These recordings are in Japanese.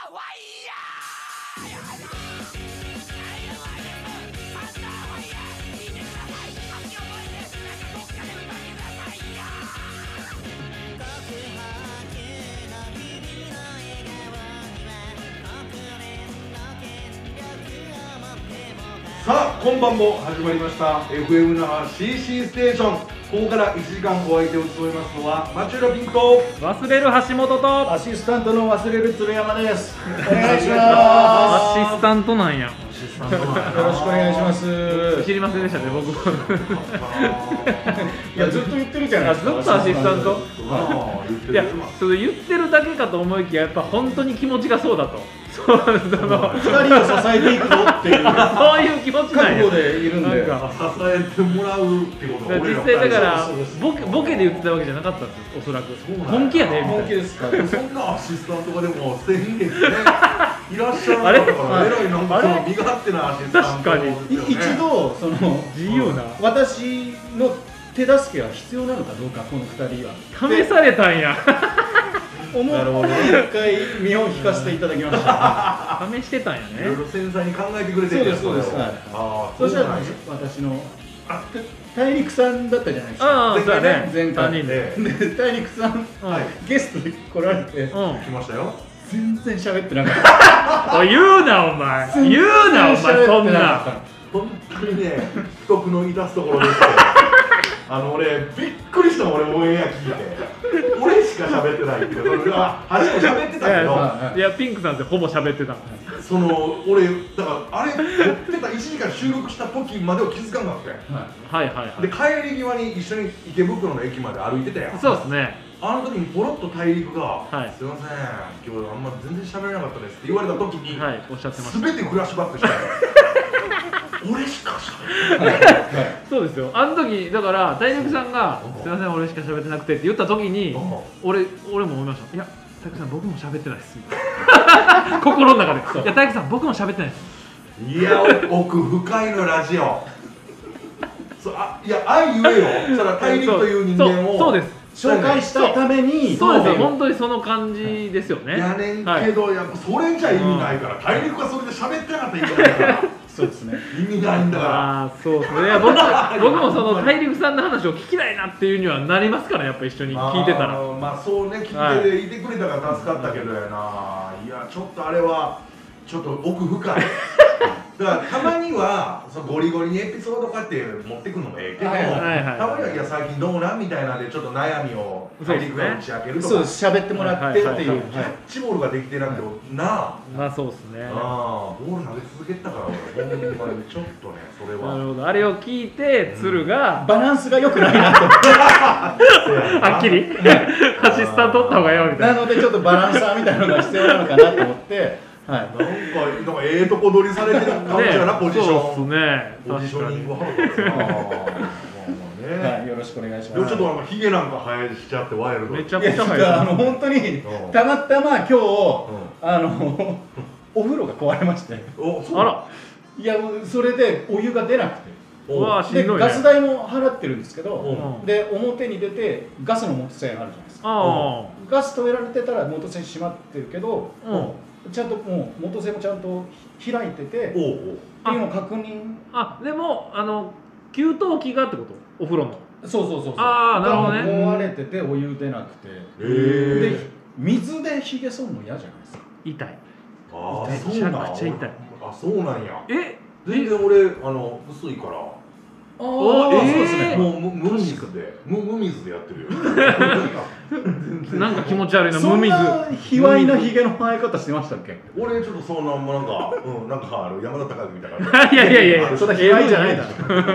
さあ今晩も始まりました FM 那覇 CC ステーション。ここから1時間お相手を務めますのは町浦ピンと忘れる橋本とアシスタントの忘れる鶴山です。お願いしアまシスタントなんや。 す。よろしくお願いします。 知りませんでしたね、僕も。 いやずっと言ってるじゃないですか。 ずっとアシスタント。いや、それ言言ってるだけかと思いきや、やっぱ本当に気持ちがそうだと。そう二人を支えていくぞっていうそういう気持ちなんや。 覚悟でいるんで。 なんか支えてもらうってことが実際だからそうボケで言ってたわけじゃなかったんですよ、おそらく。 うなんや本気やでみたいな。 本気ですか。 そんなアシスタントがでも1000人ですねいらっしゃる方だからえらいなんかその身勝手なアシスタント確かに一度その自由な私の手助けは必要なのかどうか、この二人は試されたんや。 思って一回身を引かせていただきました。 試してたんやいろいね。 ろ繊細に考えてくれてるそうですそうです。はい。 ああそしたらなんや私の大陸さんだったじゃないですか。 ああ、そうやね。 前回 3人で。 で大陸さんはいゲストで来られてうん。 来ましたよ。 全然喋ってなかった。 おい、言うなお前。言うなお前、そんな。 本当にね、不徳の致すところですけど俺、びっくりしたもん、俺、オンエア聞いて俺しか喋ってないっていう、初め喋ってたけどいや、ピンクさんってほぼ喋ってた。 その、俺、だからあれ、撮ってた1時間収録した時までは気づかなかったよはいはいはで、帰り際に一緒に池袋の駅まで歩いてたよい。そうですね。 あの時にポロッと大陸がはいすいません、今日あんま全然喋れなかったですって言われた時にはい、おっしゃってました。 全てフラッシュバックしたよ俺しか喋ってないそうですよ。あの時だから大陸さんが「すいません、俺しか喋ってなくて」って言った時に俺も思いました。いや、大陸さん僕も喋ってないです。心の中で。いや、大陸さん僕も喋ってないです。 いや、奥深いのラジオいや、愛言えよ。それは大陸という人間をそうです。 紹介したためにそうですよ。本当にその感じですよね。 やねんけど、やっぱそれじゃ意味ないから、大陸がそれで喋ってなかったら意味ないからそうですね。 意味ないんだから。 ああ、そうですね。いや、僕もその大陸さんの話を聞きたいなっていうにはなりますから、やっぱ一緒に聞いてたら。 まあそうね、聞いていてくれたから助かったけどやな。いや、ちょっとあれはちょっと奥深いだからたまにはそのゴリゴリにエピソードこうやって持ってくるのもええけど、 はいたまには「いや最近どうなん?」みたいなんでちょっと悩みを大陸が打ち明けるとか、 そうです。喋ってもらってっていう。 キャッチボールができてなくてなあ、 まあそうですね。 ボール投げ続けてたから俺ほんまにちょっとねそれはなるほど。あれを聞いて鶴がバランスが良くないなと。 はっきりアシスタント取った方がよみたいな。 なのでちょっとバランサーみたいなのが必要なのかなと思って。はい。 なんかええとこ取りされてる感じやな、ポジション。 そうですね。 ポジショニングハードですな。 はい、よろしくお願いしでもます。 ちょっとヒゲなんか生えしちゃってワイルド。 めちゃいや、ちょっくちゃ早い。 と本当にたまたま今日お風呂が壊れまして。 お、そう。 あら。 いや、もうそれでお湯が出なくて。 うわ、しんでどいね。 ガス代も払ってるんですけど、 うんで表に出てガスの元栓あるじゃないですか。 あガス止められてたら元栓閉まってるけど、 あ。うん。 ちゃんともう元栓もちゃんと開いててっておういうのを確認。 あ、でも給湯器がってこと？お風呂の。 そうそうそうそう。 あーなるほどねが壊れててお湯出なくて、 へで水でひげ剃るの嫌じゃないですか。 痛い。 ああ、 めそうなん。 ちゃくちゃ痛い。 あ、そうなんや。 え？ 全然俺薄いから。 おそうですね。 もう無水でやってるよ。 なんか気持ち悪いな、 そん無水。 な卑猥なひげの生え方してましたっけ？ 俺ちょっとそんななんかなんか山田孝之みたいな。 いやいやいや、 そんな卑猥じゃないだろ。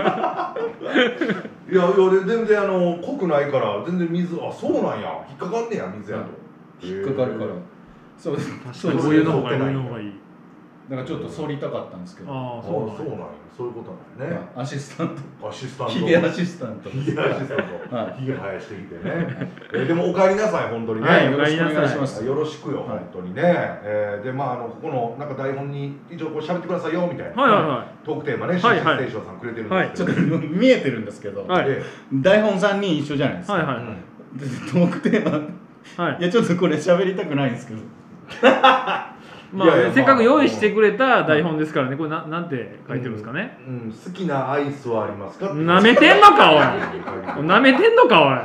いや俺全然濃くないから全然水そうなんや引っかかんねや水やと。 引っかかるから。そうです。 確かにお湯の方がいい。お湯の方がいい。 だからちょっと剃りたかったんですけど。 ああ、 そそううなんやそういうことなんやね。 アシスタント。 アシスタント。 ひげアシスタント。 ひげアシスタント。 はいひげ生やしてきてね。でもお帰りなさい本当にね。 はいよろしくお願いします。 よろしくよ本当にね。でまあここのなんか台本に一応こう喋ってくださいよみたいな。 はいはいはトークテーマね、シーステーションさんくれてるんですちょっとけど。 見えてるんですけど、 はい台本3人一緒じゃないですか。 はいはいでトークテーマ、 はい。 いやちょっとこれ喋りたくないんですけど。 まあせっかく用意してくれた台本ですからね。これなんて書いてるんですかね。 好きなアイスはありますか？ なめてんのかおい。なめてんのかおい。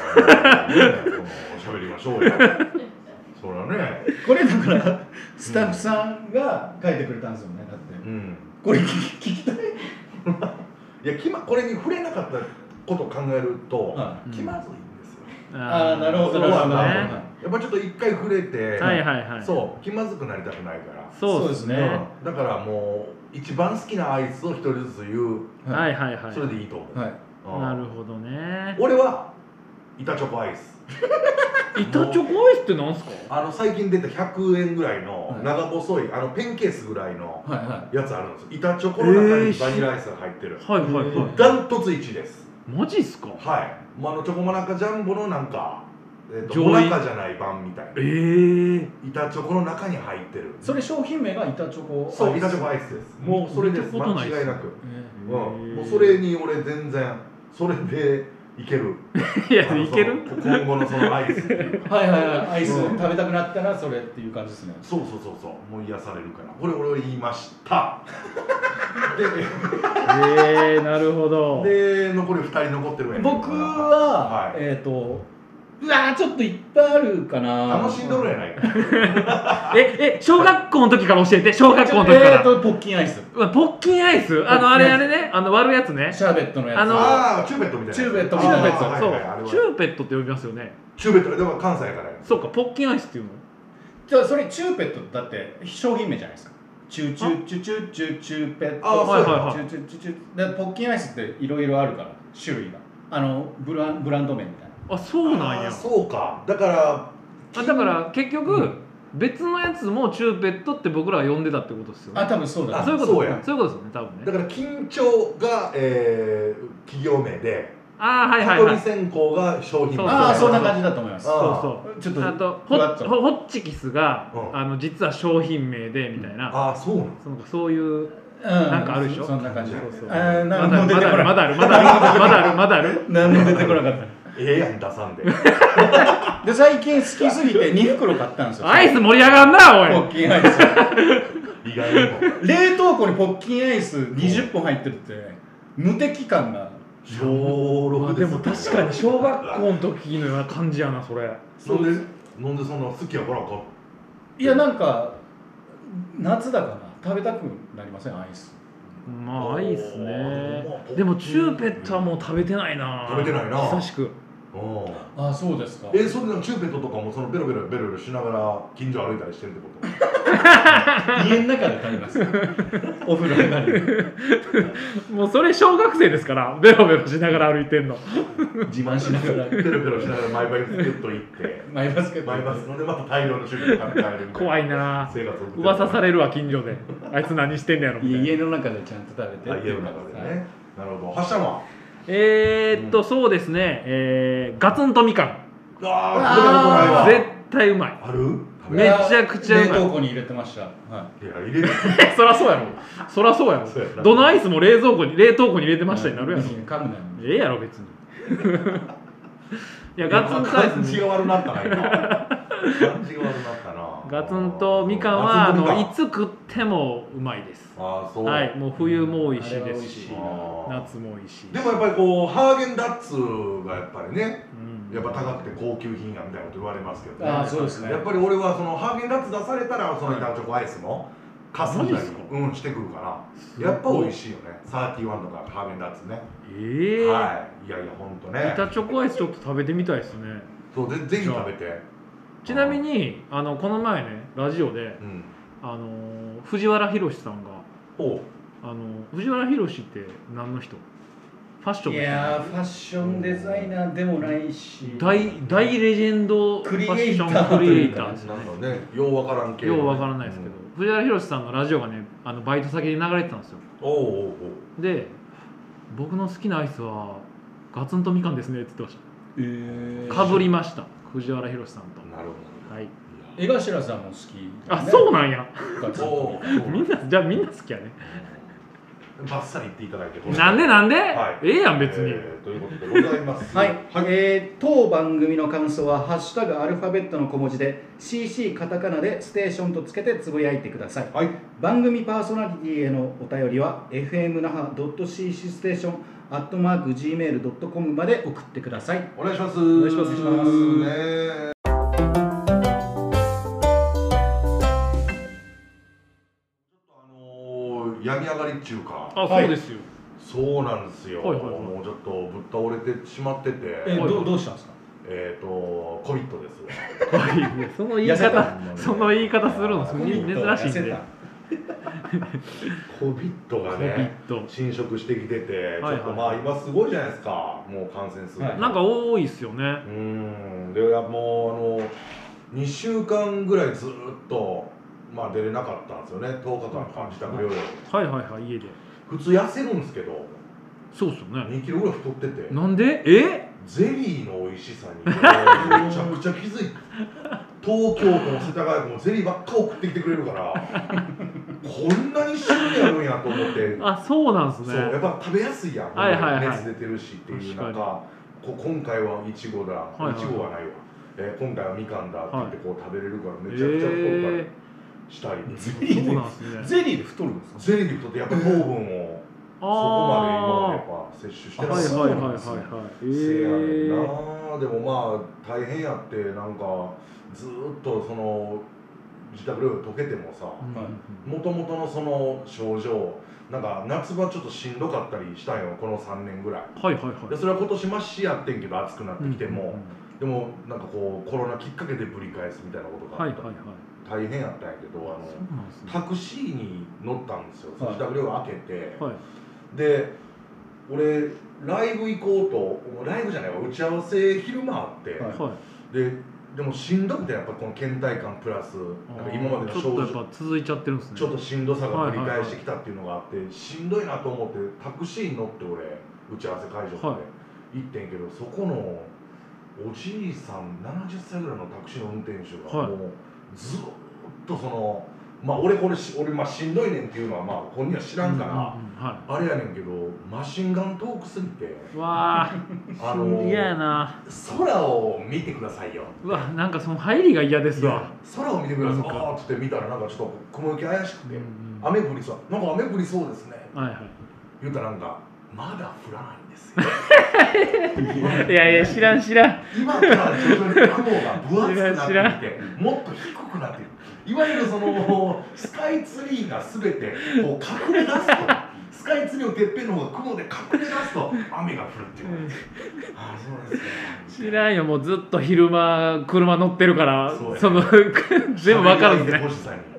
喋りましょうよ。そらね。 これだからスタッフさんが書いてくれたんですよね。だって。これ聞きたい。 いやこれに触れなかったことを考えると気まずいんですよ。 ああ、なるほどね。 やっぱちょっと一回触れて、そう気まずくなりたくないから。 そうですね。 だからもう一番好きなアイスを一人ずつ言う。それでいいと思う。 なるほどね。 俺は板チョコアイス。 板チョコアイスってなんすか？ 最近出た100円ぐらいの長細いペンケースぐらいのやつあるんですよ。板チョコの中にバニラアイスが入ってる。ダントツ1です。 マジっすか？ はい。チョコモナカジャンボのなんかモナカじゃない版みたいな。板チョコの中に入ってる。 それ商品名が板チョコ。 そう、板チョコアイスです。もうそれです。間違いなく。もうそれに俺全然それでいける。 いや、いける？ 今後のそのアイス。 アイス食べたくなったらそれっていう感じですね。 そう。もう癒されるから。これ俺は言いました。 なるほど。 で残り2人残ってる。 僕はうわちょっといっぱいあるかな。 楽しんどるやないか。 小学校の時から教えて。小学校の時から。 ポッキンアイス。 ポッキンアイス。あれね。割るやつね。 シャーベットのやつ。 チューペットみたいな。 チューペットみたいなやつ。 そう。チューペットって呼びますよね。 チューペットでも関西やから。 そうか。ポッキンアイスっていうの。 じゃあそれチューペットだって商品名じゃないですか。チューペット。ポッキンアイスっていろいろあるから種類が。ブランド名みたいな。 そうなんや。 そうか。だから結局別のやつもチューペットって僕らは呼んでたってことですよね。 多分そうだ。 そういうことですよね。多分ね。 だから緊張が企業名で、 蚊取り線香が商品名。 そんな感じだと思います。 そうちょっとあとホッチキスが実は商品名でみたいな。 そうなの。 そういうなんかあるでしょ。 そんな感じ。 まだある。何も出てこなかった。 やん出さんで。 で最近好きすぎて2袋買ったんですよ。 アイス盛り上がんなおい。 ポッキンアイス。 意外にも。 冷凍庫にポッキンアイス20本入ってるって無敵感が。 小6 でも確かに小学校の時のような感じやなそれ。 なんでそんな好きやからか。 いやなんか夏だから食べたくなりませんアイス。 アイスね。でもチューペットはもう食べてないな。久しく。 そうですか。 それでチューペットとかもベロベロしながら近所歩いたりしてるってこと？ 家の中で食べます。お風呂上がり。 もうそれ小学生ですからベロベロしながら歩いてんの。 自慢しながら。 ベロベロしながらマイバイスケット行って。マイバスのでまた大量のチューペット食べて帰る。 怖いな。噂されるわ近所で。あいつ何してんねやろみたいな。 家の中でちゃんと食べて。 家の中でね。なるほど。発射は？ そうですね。ガツンとみかん。 絶対うまい。 ある？ めちゃくちゃうまい。 冷凍庫に入れてました。いや入れて。 そらそうやろ。どのアイスも冷凍庫に入れてましたになるやろ。やろ別に。いやガツンとアイス。 感じが悪なったな。 ガツンとみかんはいつ食ってもうまいです。はい、もう冬も美味しいですし、夏も美味しい。 でもやっぱりハーゲンダッツがやっぱりね、やっぱ高くて高級品やみたいなこと言われますけどね。 そうですね。 やっぱり俺はそのハーゲンダッツ出されたらその板チョコアイスもかすんだりしてくるから、やっぱ美味しいよね。31とかハーゲンダッツね。はい。いや本当ね。 板チョコアイスちょっと食べてみたいですね。 そうぜひ食べて。 ちなみにこの前ねラジオで藤原宏さんが藤原宏って何の人？ファッションの人？ いやファッションデザイナーでもないし大レジェンドファッションクリエイターですね。 ようわからんけど。 ようわからないですけど、藤原宏さんのラジオがねバイト先で流れてたんですよ。で僕の好きなアイスはガツンとみかんですねって言ってました。かぶりました藤原宏さんと。 なるほど。 はい。 江頭さんも好き。 そうなんや。みんな好きやね。 バッサリ言っていただいて。 なんでなんで、 はい、 ええやん別に、 ということでございます。 はい、当番組の感想はハッシュタグアルファベットの小文字で CC カタカナでステーションとつけてつぶやいてください。 はい、 番組パーソナリティへのお便りは fmnaha.cc ステーション@gmail.com まで送ってください。 お願いします。 お願いしますね。病み上がりっていうか。 あ、そうですよ。 そうなんですよ。 はいはいはい、 もうちょっとぶっ倒れてしまってて。 どうしたんですか。 コビットです。 その言い方、その言い方するの珍しいんで。 コビットがね、侵食してきてて、ちょっとまあ今すごいじゃないですか。もう感染数が。 なんか多いっすよね。 でもう2週間ぐらいずっとまあ出れなかったんですよね。10日間自宅療養。 はいはいはい、家で。 普通痩せるんですけど。 そうっすよね。 2キロぐらい太ってて。 なんで？ ゼリーの美味しさにめちゃくちゃ気づいて、東京都の世田谷区もゼリーばっか送ってきてくれるからこんなに種類あるんやと思って。 あ、そうなんですね。 そうやっぱ食べやすいやん、 はいはいはい、 熱出てるしっていう中、今回はいちごだ、いちごはないわ、今回はみかんだって言ってこう食べれるからめちゃくちゃ太ったりしたり、 ゼリーで太るんですか。 ゼリーで太ってやっぱ糖分をそこまで今までやっぱ摂取してます。 はいはいはいはいせやねんな。でもまあ大変やって、なんかずっとその自宅療養解けてもさ、もともとのその症状なんか夏場ちょっとしんどかったりしたんよ、この3年ぐらい。 はいはいはい。 でそれは今年マシやってんけど暑くなってきても、でもなんかこうコロナきっかけでぶり返すみたいなことがあって、大変やったんやけど、タクシーに乗ったんですよ。自宅療養明けて。で俺ライブ行こうと、ライブじゃないわ、打ち合わせ昼間あって、でもしんどくて、やっぱこの倦怠感プラスなんか今までの症状ちょっとやっぱ続いちゃってるんですね。 ちょっとしんどさが繰り返してきたっていうのがあって、しんどいなと思ってタクシーに乗って俺打ち合わせ会場まで行ってんけど、そこのおじいさん70歳ぐらいのタクシーの運転手がもうずっとそのまあ俺まあしんどいねんっていうのはまあ本人は知らんからあれやねんけど、マシンガントークすぎて、 わあ嫌やな。 空を見てくださいよ。 うわ、なんかその入りが嫌ですわ。 空を見てください。ああっつって見たらなんかちょっと雲行き怪しくて、雨降りそう、なんか雨降りそうですね。言うたらなんかまだ降らないんですよ。 いやいや知らん。 今から徐々に雲が分厚くなってきて、もっと低くなってる。いわゆるそのスカイツリーがすべてこう隠れ出すと、スカイツリーのてっぺんの方が雲で隠れ出すと雨が降るっていう。ああそうですね。 知らんよ、もうずっと昼間車乗ってるから、その全部わかるんですね。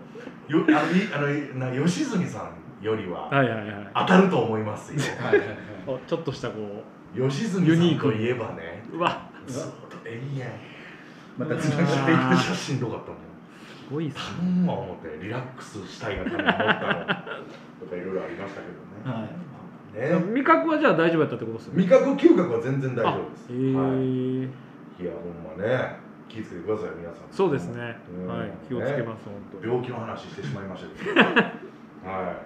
吉住さんよりは当たると思いますよ。 ちょっとしたこう吉住さんといえばね、ずっとエリアまたつながっていく写真どかったもん。 すごいっすね。 思ってリラックスしたいがために思ったのとかいろいろありましたけどね。 味覚はじゃあ大丈夫やったってことですよね。 味覚嗅覚は全然大丈夫です。いやほんまね、気をつけてください皆さん。 そうですね。はい、気をつけます本当に。 病気の話してしまいましたけど。はい。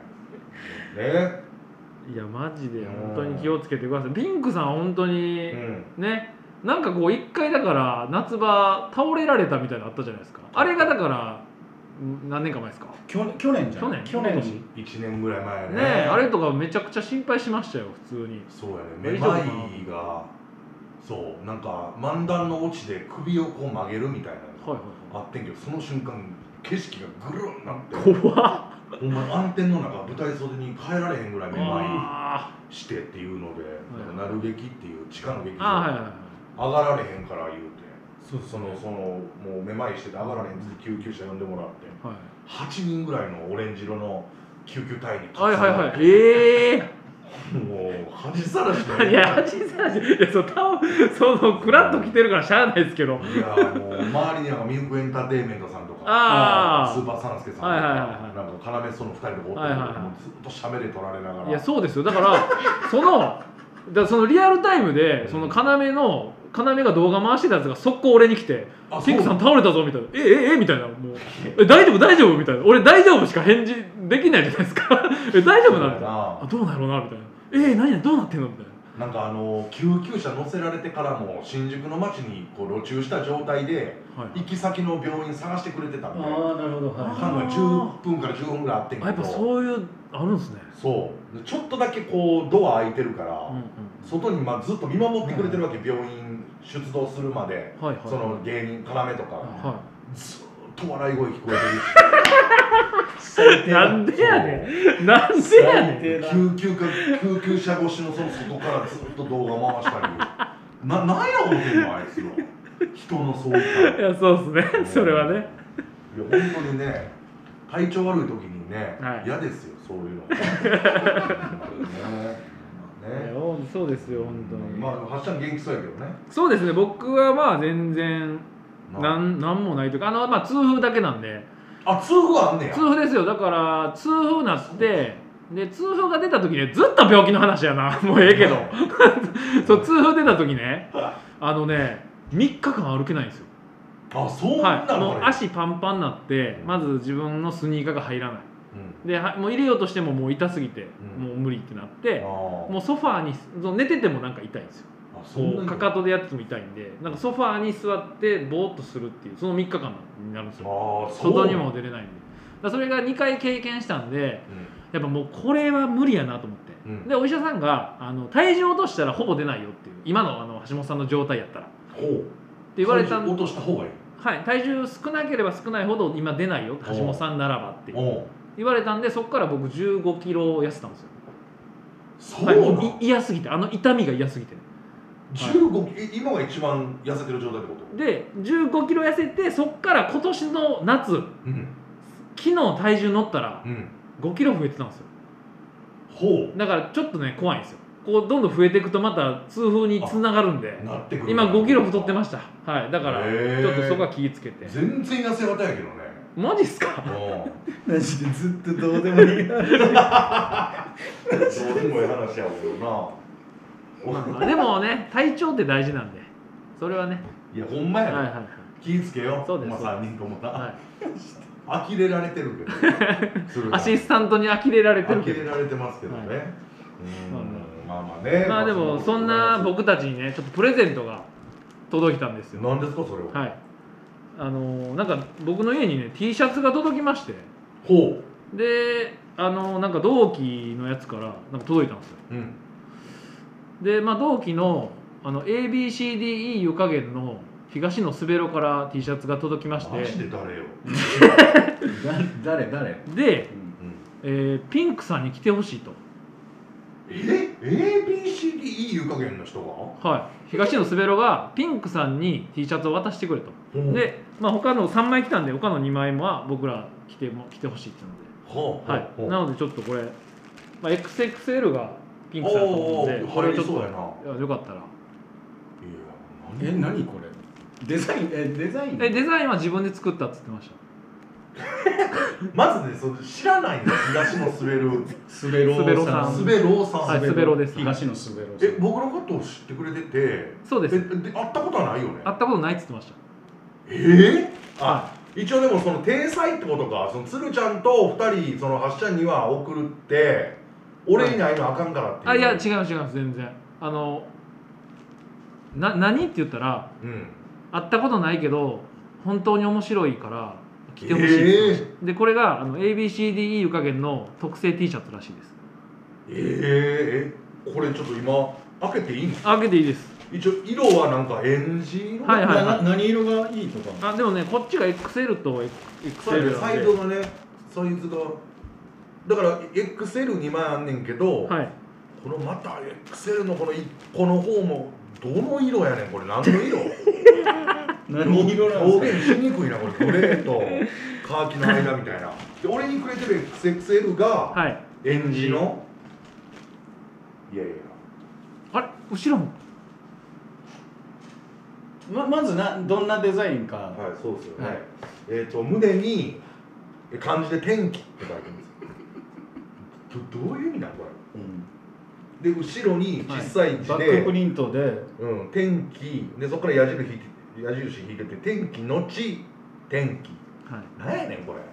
ね。 いやマジで本当に気をつけてください。ピンクさん本当にね。なんかこう一回だから夏場倒れられたみたいなのあったじゃないですか。あれがだから何年か前ですか。 去年じゃん。 去年 1年ぐらい前ね。あれとかめちゃくちゃ心配しましたよ普通に。 そうやね。めまいがそうなんか漫談のオチで首をこう曲げるみたいなのあってんけど、その瞬間景色がぐるんなって怖っ。 ほんま暗転の中舞台袖に帰られへんぐらいめまいしてっていうので、なる劇っていう地下の劇場上がられへんから言うて、そのもうめまいしてて上がられへんって救急車呼んでもらって、8人ぐらいのオレンジ色の救急隊にもう恥さらしで、 いや恥さらし、いやそのクラッと来てるからしゃあないですけど、 いやもう周りになんかミルクエンターテインメントさんとかスーパーサンスケさんとかなんか要その2人とかおってずっとしゃべり取られながら。 いやそうですよ。だからそのリアルタイムでその要の要が動画回してたやつが速攻俺に来て「ピンクさん倒れたぞ」みたいな「みたいな、もう大丈夫大丈夫みたいな、俺大丈夫しか返事できないじゃないですか大丈夫なみたいな、どうなるなみたいな、何どうなってんのみたいな。 なんか救急車乗せられてからも新宿の街にこう路駐した状態で、行き先の病院探してくれてたんで、 ああなるほど、 多分10分から15分ぐらいあってんけど、 やっぱそういうあるんですね。 そうちょっとだけこうドア開いてるから、外にずっと見守ってくれてるわけ、病院出動するまで、その芸人要とか、ずっと笑い声聞こえてるなんでやねんなんでやねん、 救急車越しのその外からずっと動画回したりなんや思ってんのあいつら、人のそういった、 いやそうっすねそれはね、 いや本当にね、体調悪い時にね嫌ですよそういうのそうですよ本当に。 まあはっちゃん元気そうやけどね。 そうですね、僕はまあ全然なんもないというか、まあ痛風だけなんで。 あ、痛風あんねや。 痛風ですよ。だから痛風なってで痛風が出た時ね、ずっと病気の話やなもうええけどそう痛風出た時ね、3日間歩けないんですよ。 あ、そうなんだ。 もう足パンパンになって、まず自分のスニーカーが入らない、でもう入れようとしてももう痛すぎて、もう無理ってなって、もうソファーに寝ててもなんか痛いんですよ。かかとでやっても痛いんで、なんかソファーに座ってぼーっとするっていう、その3日間になるんですよ。外にも出れないんで。だそれが2回経験したんで、やっぱもうこれは無理やなと思って、でお医者さんが体重落としたらほぼ出ないよっていう、今の橋本さんの状態やったらって言われたんで、 落とした方がいい。 はい、体重少なければ少ないほど今出ないよ、橋本さんならばって言われたんで、そこから僕15キロ痩せたんですよ。 そうなん、 嫌すぎて、痛みが嫌すぎて、 今が一番痩せてる状態ってことで15キロ痩せて、そっから今年の夏、昨日体重乗ったら5キロ増えてたんですよ。だからちょっとね怖いんですよ。こうどんどん増えていくとまた痛風につながるんで、今5キロ太ってました。はい、だからちょっとそこは気をつけて。 全然痩せ方やけどね。 マジっすか。 マジでずっとどうでもいい話どうでもいい話やけどな。 でもね、体調って大事なんで、それはね。 いやほんまやね。気ぃつけよう。 そうです。 3人ともな。呆れられてるけど。 アシスタントに呆れられてるけど。 呆れられてますけどね。まあまあね。 まあでもそんな僕たちにね、ちょっとプレゼントが届いたんですよ。 何ですかそれは。 はい。なんか僕の家にね T シャツが届きまして。でなんか同期のやつからなんか届いたんですよ。でまあ同期のABCDE 湯加減の東野すべろから T シャツが届きまして。 マジで誰よ。 誰で、ピンクさんに来てほしいと。 ABCDE 湯加減の人が、 はい、東野すべろがピンクさんに T シャツを渡してくれと。で、まあ、他の3枚来たんで、他の2枚は僕ら来てほしいっていうので、はい、なのでちょっとこれ、まあ、XXL がピンクさんと思うので、これちょっとよかったら。 何これデザインデザインは自分で作ったって言ってました。 まずね、知らないんだよ。東野すべろさん。 すべろです。 東野すべろさん。 僕のことを知ってくれてて。 そうです。 会ったことはないよね。 会ったことないって言ってました。 一応でもその体裁ってことか、その鶴ちゃんと2人そのはっちゃんには送るって俺いないのあかんからっていう。 いや違います全然。何って言ったら、会ったことないけど本当に面白いから来てほしいです。でこれがABCDE 湯加減の特製 T シャツらしいです。 これちょっと今開けていいんですか？ 開けていいです。 一応色はなんかエンジ色。 何色がいいとか。 でもね、こっちが XL と XL サイズがね、サイズがだから XL2 枚あんねんけど、このまた XL のこの1個の方もどの色やねんこれ。何の色？ 何色なんですか？ 表現しにくいなこれ。グレーとカーキの間みたいな。で俺にくれてる XXL がエンジの。いやいや。あれ後ろも。 まずどんなデザインか。 はい、そうですよね。胸に漢字で天気って書いてるんですよ。どういう意味なのこれ。 で後ろに小さい字バッで、 クプリントで、 天気でそこから矢印引いてて天気のち天気、なんやねんこれ。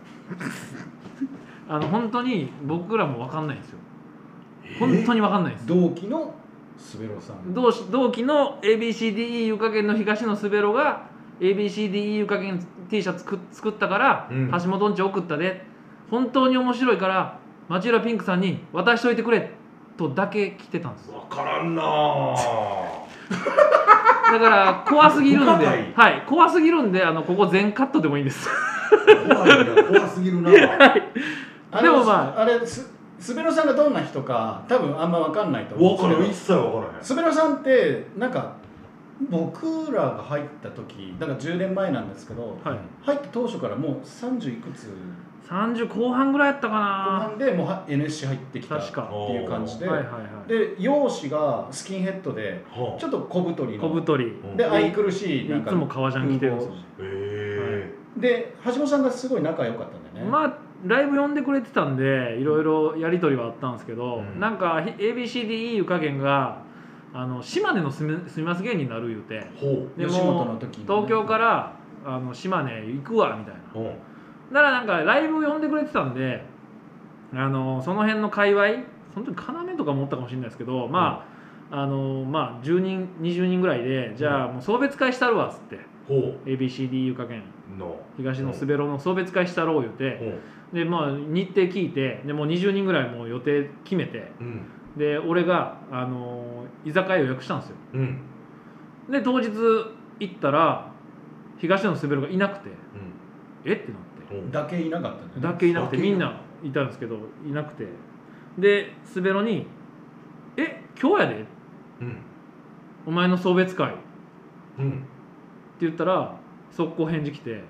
本当に僕らも分かんないんですよ。本当に分かんないです。 同期のスベロさん、 同期の ABCDE 湯加減の東野スベロが ABCDE 湯加減 T シャツ作ったから、橋本んち送ったで、本当に面白いから町浦ピンクさんに渡しといてくれとだけ来てたんです。 分からんなぁ。 だから怖すぎるんで、 細かいはい、怖すぎるんでここ全カットでもいいんです。 怖いな、怖すぎるなぁ。 でもまああれスベロさんがどんな人か多分あんま分かんないと思う。 分からん、一切分からへん。 スベロさんってなんか僕らが入った時だから10年前なんですけど、 はい、 入った当初からもう30いくつ 30後半ぐらいやったかな。 後半でもう NSC 入ってきたっていう感じで、 はいはいはい、 で容姿がスキンヘッドでちょっと小太りので愛くるしい、 なんかいつも革ジャン着てるんですよ。 で橋本さんがすごい仲良かったんだよね。 まあライブ呼んでくれてたんでいろいろやり取りはあったんですけど、なんか ABCDE 湯加減が島根の住みます芸人になる言うて、でも東京から島根行くわみたいな。だからなんかライブ呼んでくれてたんでその辺の界隈、その時要とか持ったかもしれないですけど、まあ10人20人ぐらいで、じゃあもう送別会したるわっつって、ABCD 湯加減の東のスベロの送別会したろう言うて、でまあ日程聞いて、でもう20人ぐらいもう予定決めて、で俺が居酒屋予約したんですよ。で当日行ったら東のスベロがいなくて、えってなって。 だけいなかったんだよね。 だけいなくて、みんないたんですけどいなくて、でスベロに「え今日やで、お前の送別会」って言ったら速攻返事来て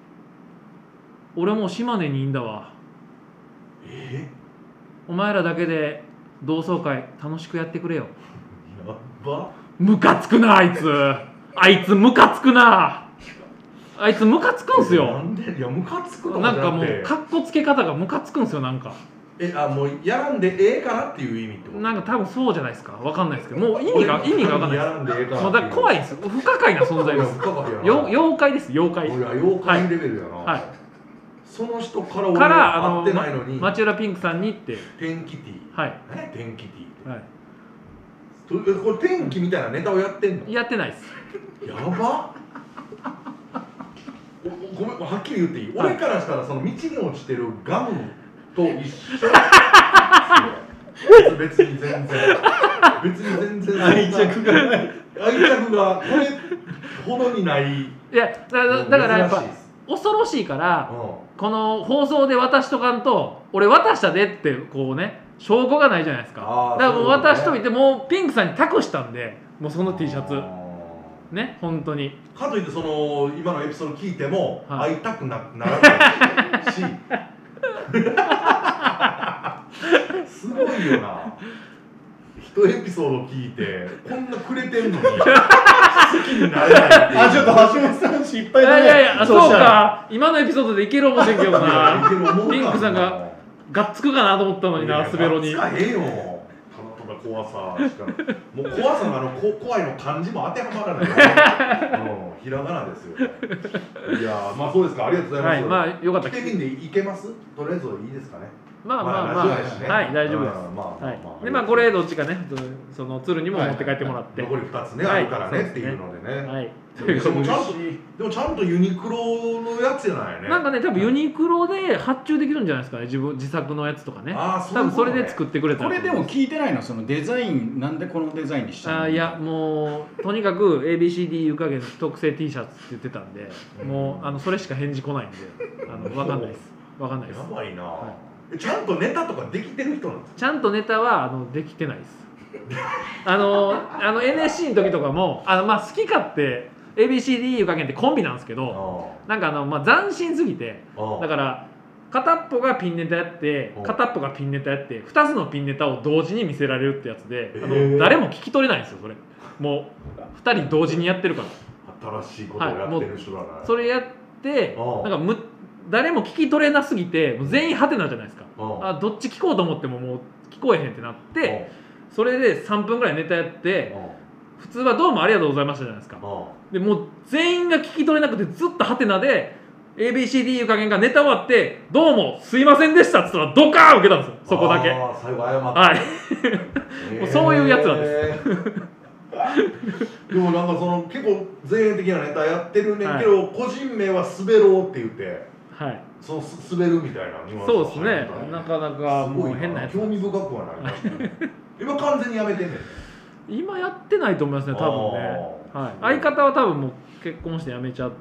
「俺もう島根にいんだわ、お前らだけで同窓会楽しくやってくれよ」。 やば、 ムカつくなあいつムカつくなあいつムカつくんすよ。 なんで？いやムカつくなんかもうカッコつけ方がムカつくんすよ。なんかもうやらんでええかなっていう意味ってこと？ なんか多分そうじゃないですか。わかんないですけど、もう意味がわかんないです。 やらんでええかな。 もうだから怖いです。不可解な存在です。妖怪です。妖怪。 妖怪レベルやな。はい。その人から俺会ってないのに。 町浦ピンクさんにって天気ティー。はい。天気ティー。はい。これ天気みたいなネタをやってんの？やってないです。 やば。ごめん、はっきり言っていい？俺からしたらその道に落ちてるガムと一緒。別に全然愛着がない。 愛着がこれほどにない。 いやだからやっぱ恐ろしいから、この放送で渡しとかんと、俺渡したでってこうね証拠がないじゃないですか。だからもう渡しといて、もうピンクさんに託したんで、もうその T シャツね、本当に。かといってその今のエピソード聞いても会いたくならないし。すごいよな。一エピソード聞いてこんなくれてんのに好きになれないっていう。 ちょっと橋本さん失敗だね。 いやそうか、今のエピソードでいける思ってんけどな。ピンクさんががっつくかなと思ったのにな、スベロに。 がっつかへんよ。怖さしかもう怖さの怖いの漢字も当てはまらないよ。ひらがなですよ。いやまあそうですか、ありがとうございます。 まあよかった。 来てみんでいけます？とりあえずいいですかね。 まあはい大丈夫です。でまあこれどっちかね、その鶴にも持って帰ってもらって、 残り2つねあるからねっていうのでね。はい。でもちゃんとユニクロのやつじゃないね。 なんかね、多分ユニクロで発注できるんじゃないですかね、自作のやつとかね。多分それで作ってくれた。 これでも聞いてないの、そのデザイン、なんでこのデザインにしたの？ いやもうとにかく ABCD 湯加減特製 T シャツって言ってたんで、もうそれしか返事来ないんで分かんないです。分かんないです。 やばいな。ちゃんとネタとかできてる人なんですか？ ちゃんとネタはできてないです。NSC の時とかもまあ好き勝手 ABCD 湯加減ってコンビなんですけど、なんかまあ斬新すぎて、だから片っぽがピンネタやって片っぽがピンネタやって2つのピンネタを同時に見せられるってやつで、誰も聞き取れないんですよ。それもう2人同時にやってるから。 新しいことをやってる人だから、 それやってなんか誰も聞き取れなすぎてもう全員ハテナじゃないですか。どっち聞こうと思ってももう聞こえへんってなって、 それで3分ぐらいネタやって普通は「どうもありがとうございました」じゃないですか。でもう全員が聞き取れなくてずっとハテナで ABCD いう加減がネタ終わって「どうもすいませんでした」っつったらドカーン受けたんですよ、そこだけ。 最後謝って、 はいもうそういうやつなんですでもなんかその結構前衛的なネタやってるねんけど、個人名は滑ろうって言って、その滑るみたいなニュアンスそうですね、なかなかもう変なやつ。 興味深くはなりましたね今完全にやめてんねん。 今やってないと思いますね、多分ね。相方は多分もう結婚して辞めちゃって、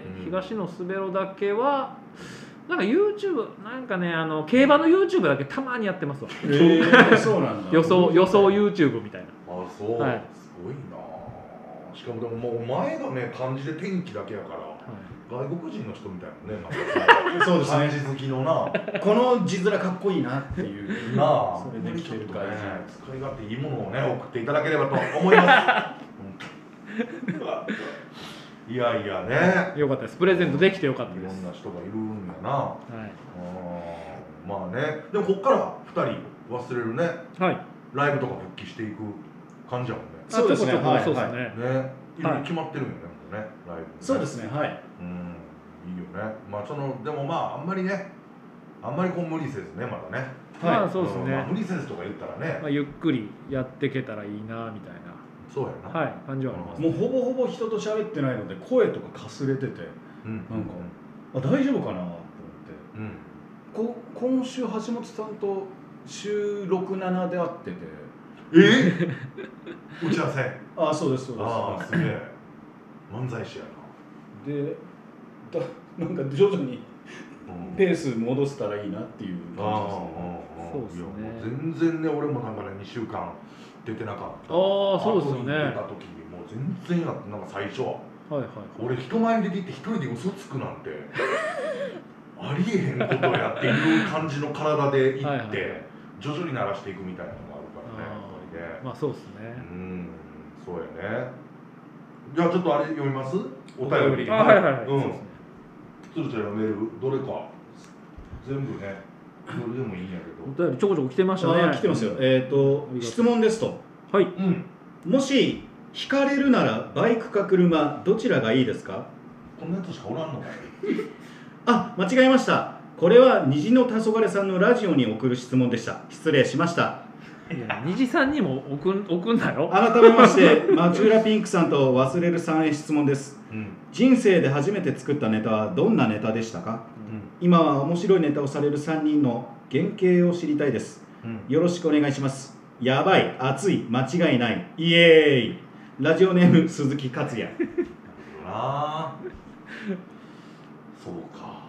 東野すべろだけはなんか YouTube なんかね、競馬の YouTube だけたまにやってますわ。 そうなんだ。 予想 YouTube みたいな。 あ、そう、すごいな。しかもでももう前がね漢字で天気だけやから、外国人の人みたいなね、なんかそうですね、漢字好きのなこの字面かっこいいなっていうなあ、 それで来てるからね、 使い勝手いいものをね送っていただければと思いますいやいやね、 よかったです、プレゼントできてよかったです。 いろんな人がいるんやな。はい、まあね、でもこっから2人忘れるね、ライブとか復帰していく感じやもんね。 そうですね、はい、 そうですね。 ね、いろいろ決まってるんよね、もうね、ライブ。 そうですね、はい。 いいよね。まあでもまああんまりね、あんまりこう無理せずね、まだね。 まあそうですね。 無理せずとか言ったらね。 ゆっくりやっていけたらいいなみたいな。 そうやな。 感じはあります。 もうほぼほぼ人と喋ってないので声とかかすれてて、なんか大丈夫かなと思って。今週橋本さんと週6、7で会ってて。 打ち合わせ。 あ、そうですそうです。 ああ、すげえ。漫才師やな。で、なんか徐々にペース戻せたらいいなっていう感じですね。 全然ね、俺もなんかね2週間出てなかった。 ああ、そうですよね。 出た時にもう全然なんか最初は。俺人前に出て行って一人で嘘つくなんてありえへんことをやっていう感じの体で行って徐々に慣らしていくみたいなのがあるからね。 まあそうですね。 そうやね。じゃあちょっとあれ読みます？お便り。鶴ちゃんのメールどれか全部ね、どれでもいいんやけど。 お便りちょこちょこ来てましたね。 来てますよ。質問ですと。 はい。 もし引かれるならバイクか車どちらがいいですか？ こんなやつしかおらんのかい。 あ、間違えました。これは虹の黄昏さんのラジオに送る質問でした。失礼しました。 虹さんにも送んなよ。 改めまして町浦ピンクさんと忘れるさんへ質問です、人生で初めて作ったネタはどんなネタでしたか？今は面白いネタをされる3人の原型を知りたいです、よろしくお願いします。やばい、熱い、間違いない、イエーイ。ラジオネーム鈴木克也。 そうか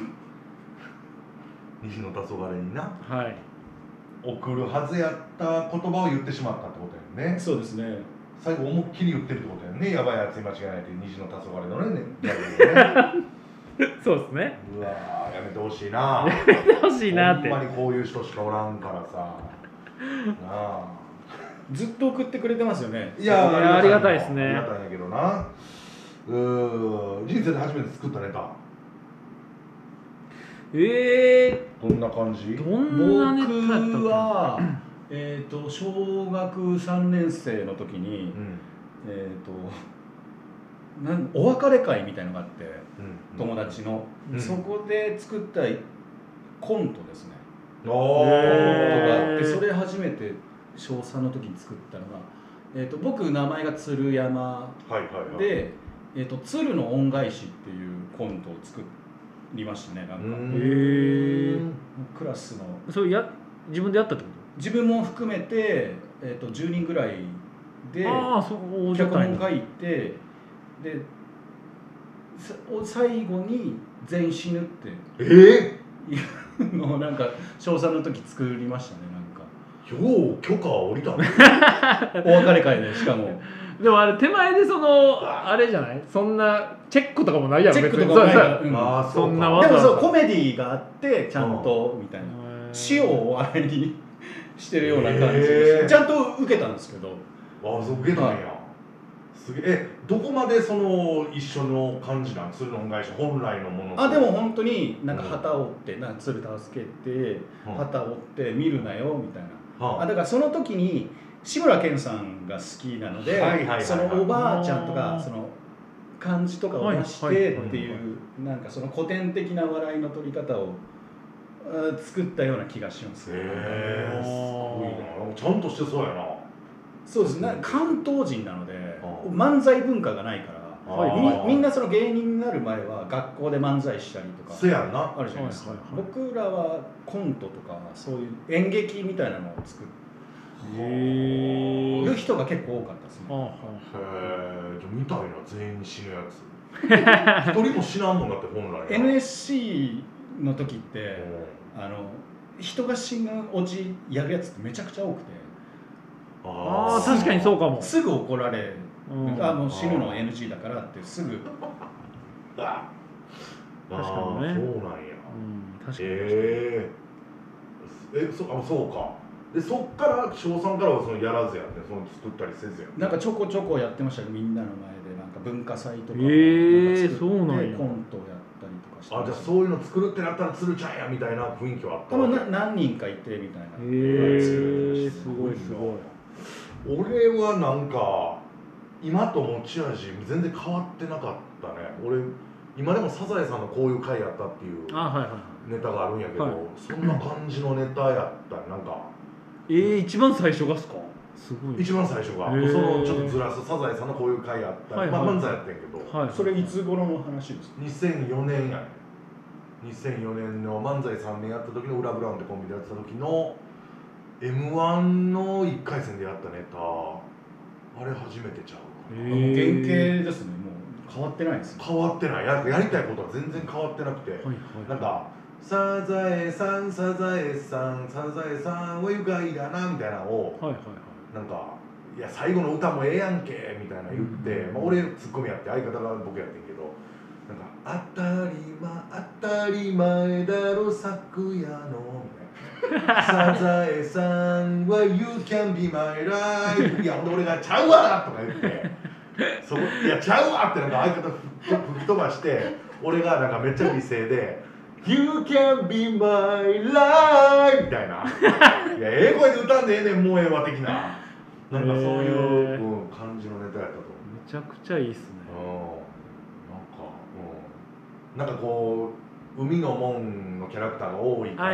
西の黄昏にな、送るはずやった言葉を言ってしまったってことやね。 そうですね。 最後思いっきり言ってるってことやね。やばい、熱い、間違いないっていう虹の黄昏のね。 そうですね。 うわー、やめてほしいな。 やめてほしいなって。 ほんまにこういう人しかおらんからさ。なあ。 ずっと送ってくれてますよね。 いや、ありがたいですね。 ありがたいんやけどな。人生で初めて作ったネタ。どんな感じ？ どんなネタやったっけ？ 僕は小学3年生の時に、お別れ会みたいのがあって、友達の、そこで作ったコントですね。コントがあって、それ初めて小3の時に作ったのが、僕名前が鶴山で、鶴の恩返しっていうコントを作りましたね。なんかクラスのそれ自分でやったってこと？ 自分も含めて、10人ぐらいで脚本書いて、で最後に全員死ぬっていうのをなんか小3の時作りましたね。なんかよう許可は下りたね。 お別れ会でしかも。 でもあれ手前であれじゃない？そんなチェックとかもないやろ。 チェックとかもないから。 そんなわざでもそうコメディがあってちゃんとみたいな。死をお笑いにしてるような感じでちゃんと受けたんですけど。 ああ、そう受けたんや。すげえ。どこまで一緒の感じなん？鶴の恩返し本来のもの。 あ、でも本当になんか旗を折って鶴助けて旗を折って見るなよみたいな。 だからその時に志村けんさんが好きなので、そのおばあちゃんとかその漢字とかを出してっていうなんかその古典的な笑いの取り方を作ったような気がします。 すごいな。ちゃんとしてそうやな。 そうですね。関東人なので漫才文化がないから、みんなその芸人になる前は学校で漫才したりとかそうやんなあるじゃないですか。僕らはコントとかそういう演劇みたいなのを作る人が結構多かったですね。 へえ、じゃみたいな全員死ぬやつ。一人も死なんのだって本来。 NSC の時って人が死ぬオチやるやつってめちゃくちゃ多くて。 確かにそうかも。 すぐ怒られ、もう死ぬの NG だからってすぐ。 確かにね。 そうなんや。 確かに。 そうか。でそっから小3からはそのやらずやってその作ったりせずやなんかちょこちょこやってましたね。みんなの前でなんか文化祭とかそうなんや。 コントやったりとかして。 じゃあそういうの作るってなったら鶴ちゃんやみたいな雰囲気はあったわけ。 何人かいてみたいな。 すごいすごい。 俺はなんか今と持ち味全然変わってなかったね。俺今でもサザエさんのこういう回やったっていうネタがあるんやけど、そんな感じのネタやったなんか。 一番最初がっすか？すごい。 一番最初がそのちょっとずらすサザエさんのこういう回やった漫才やってんけど、 それいつ頃の話ですか ？2004年やね。2004年の漫才3年やった時の裏ブラウンでコンビでやってた時の M1 の1回戦でやったネタ、あれ初めてちゃうかな。 原型ですね。もう変わってないですね。 変わってない。やりたいことは全然変わってなくて、なんかサザエさんサザエさんサザエさんは愉快だなみたいなのをなんかいや最後の歌もええやんけみたいな言って、俺ツッコミやって相方が僕やってんけど、なんか当たり前だろ昨夜のみたいなサザエさんは You can be my life いや俺がちゃうわとか言っていやちゃうわってなんか相方吹き飛ばして俺がなんかめっちゃ美声でYou can be my life みたいな。いや、英語で歌んでええねん、もうええわ的な。なんかそういう感じのネタやったと思う。 めちゃくちゃいいっすね。 なんかこう、海の門のキャラクターが多いから、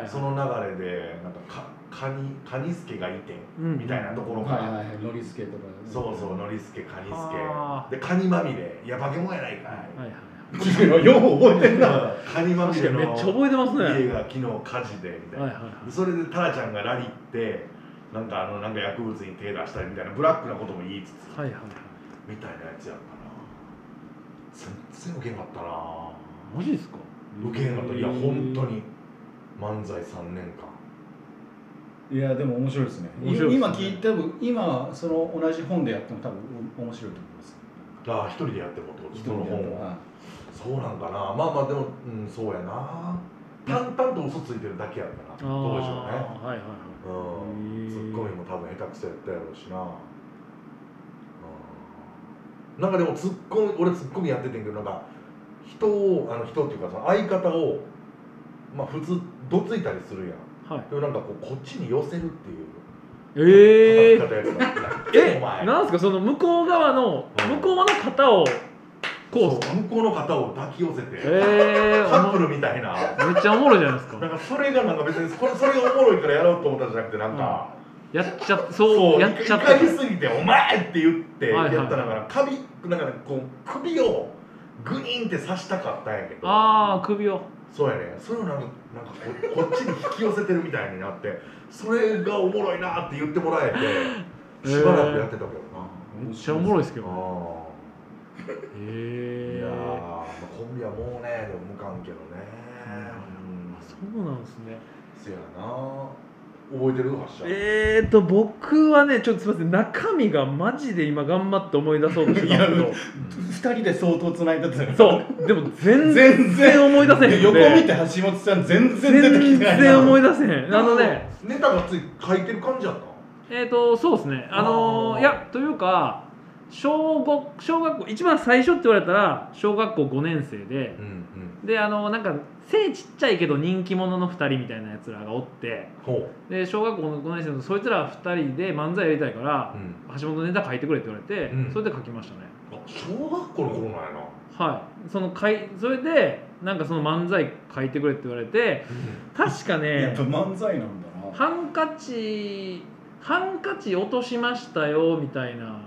その流れで、なんかカニスケがいて、みたいなところから。 ノリスケとか。 そうそう、ノリスケ、カニスケ。で、カニまみれ、いや、化け物やないかい。 よう覚えてんな。 カニまみれのめっちゃ覚えてますね。 家が昨日火事でみたいな。それでタラちゃんがラリってなんか薬物に手出したりみたいなブラックなことも言いつつ、みたいなやつやったな。全然ウケんかったな。 マジですか？ ウケんかった。いや本当に漫才3年間。 いやでも面白いですね。今聞いても今その同じ本でやっても多分面白いと思います。 一人でやってもってこと？人の本は。そうなんかな。まあでもそうやな。淡々と嘘ついてるだけやったな当時はね。ツッコミも多分下手くそやったやろうしな。なんかでも俺ツッコミやっててんけどなんか人っていうかその相方をまあ普通どついたりするやん。でもなんかこっちに寄せるっていう。 なんすかその向こう側の肩を向こうの肩を抱き寄せてカップルみたいな。 めっちゃおもろいじゃないですか。 なんかそれがなんか別にそれがおもろいからやろうと思ったんじゃなくてなんかやっちゃった怒りすぎて「お前!」って言ってやったらなんかこう首をグニンって刺したかったんやけど首をそうやね。それをなんかこっちに引き寄せてるみたいになってそれがおもろいなって言ってもらえてしばらくやってたけどな。 めっちゃおもろいですけどいやコンビはもうねでも無関係のね。 そうなんですね。 せやな。覚えてる？発射。 僕はねちょっとすみません中身がマジで今頑張って思い出そうとしてたんですけど 2人で相当つないだって。 そうでも全然思い出せへん。 横見て橋本さん全然出てきてない。 全然思い出せへん。 ネタがつい書いてる感じやった？ そうですね。いやというか小学校一番最初って言われたら小学校5年生で、でなんか背ちっちゃいけど人気者の2人みたいなやつらがおって、で小学校の5年生のそいつら2人で漫才やりたいから、橋本ネタ書いてくれって言われて、それで書きましたね。 小学校の頃なんやな。 はい、それでなんかその漫才書いてくれって言われて、確かねやっぱ漫才なんだな。 ハンカチ落としましたよみたいな、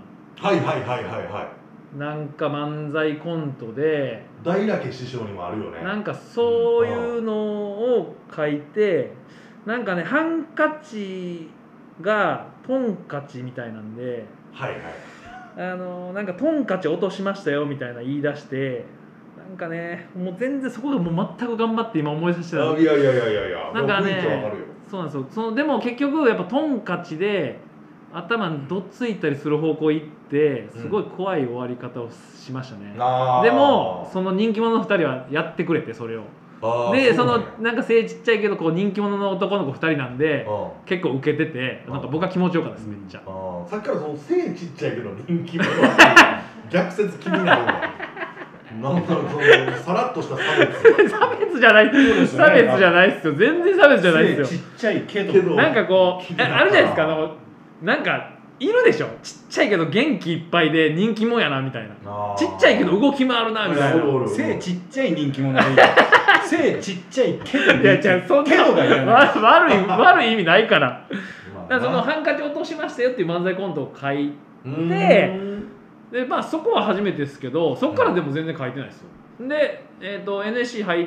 なんか漫才コントで大良家師匠にもあるよね。 なんかそういうのを書いて、なんかねハンカチがトンカチみたいなんで、なんかトンカチ落としましたよみたいな言い出して、なんかねもう全然そこがもう全く頑張って今思い出してた。 いやなんかね、そうなんですよ。でも結局やっぱトンカチで頭にどっついたりする方向行ってすごい怖い終わり方をしましたね。でもその人気者の2人はやってくれて、それをでそのなんか背ちっちゃいけどこう人気者の男の子2人なんで結構ウケてて、なんか僕は気持ちよかったです。めっちゃさっきからその背ちっちゃいけど人気者は逆説気になるんだ。なんかそのさらっとした差別じゃない差別じゃないですよ。全然差別じゃないですよ。 ちっちゃいけどなんかこうあるじゃないですか、なんかいるでしょ、ちっちゃいけど元気いっぱいで人気者やなみたいな、ちっちゃいけど動き回るなみたいな。 背ちっちゃい人気者でいい。背ちっちゃいけどいや違う、そんながいらない悪い意味ないから。だからそのハンカチ落としましたよっていう漫才コントを書いて、でまあそこは初めてですけど、そこからでも全然書いてないですよ。で、NSC 入って、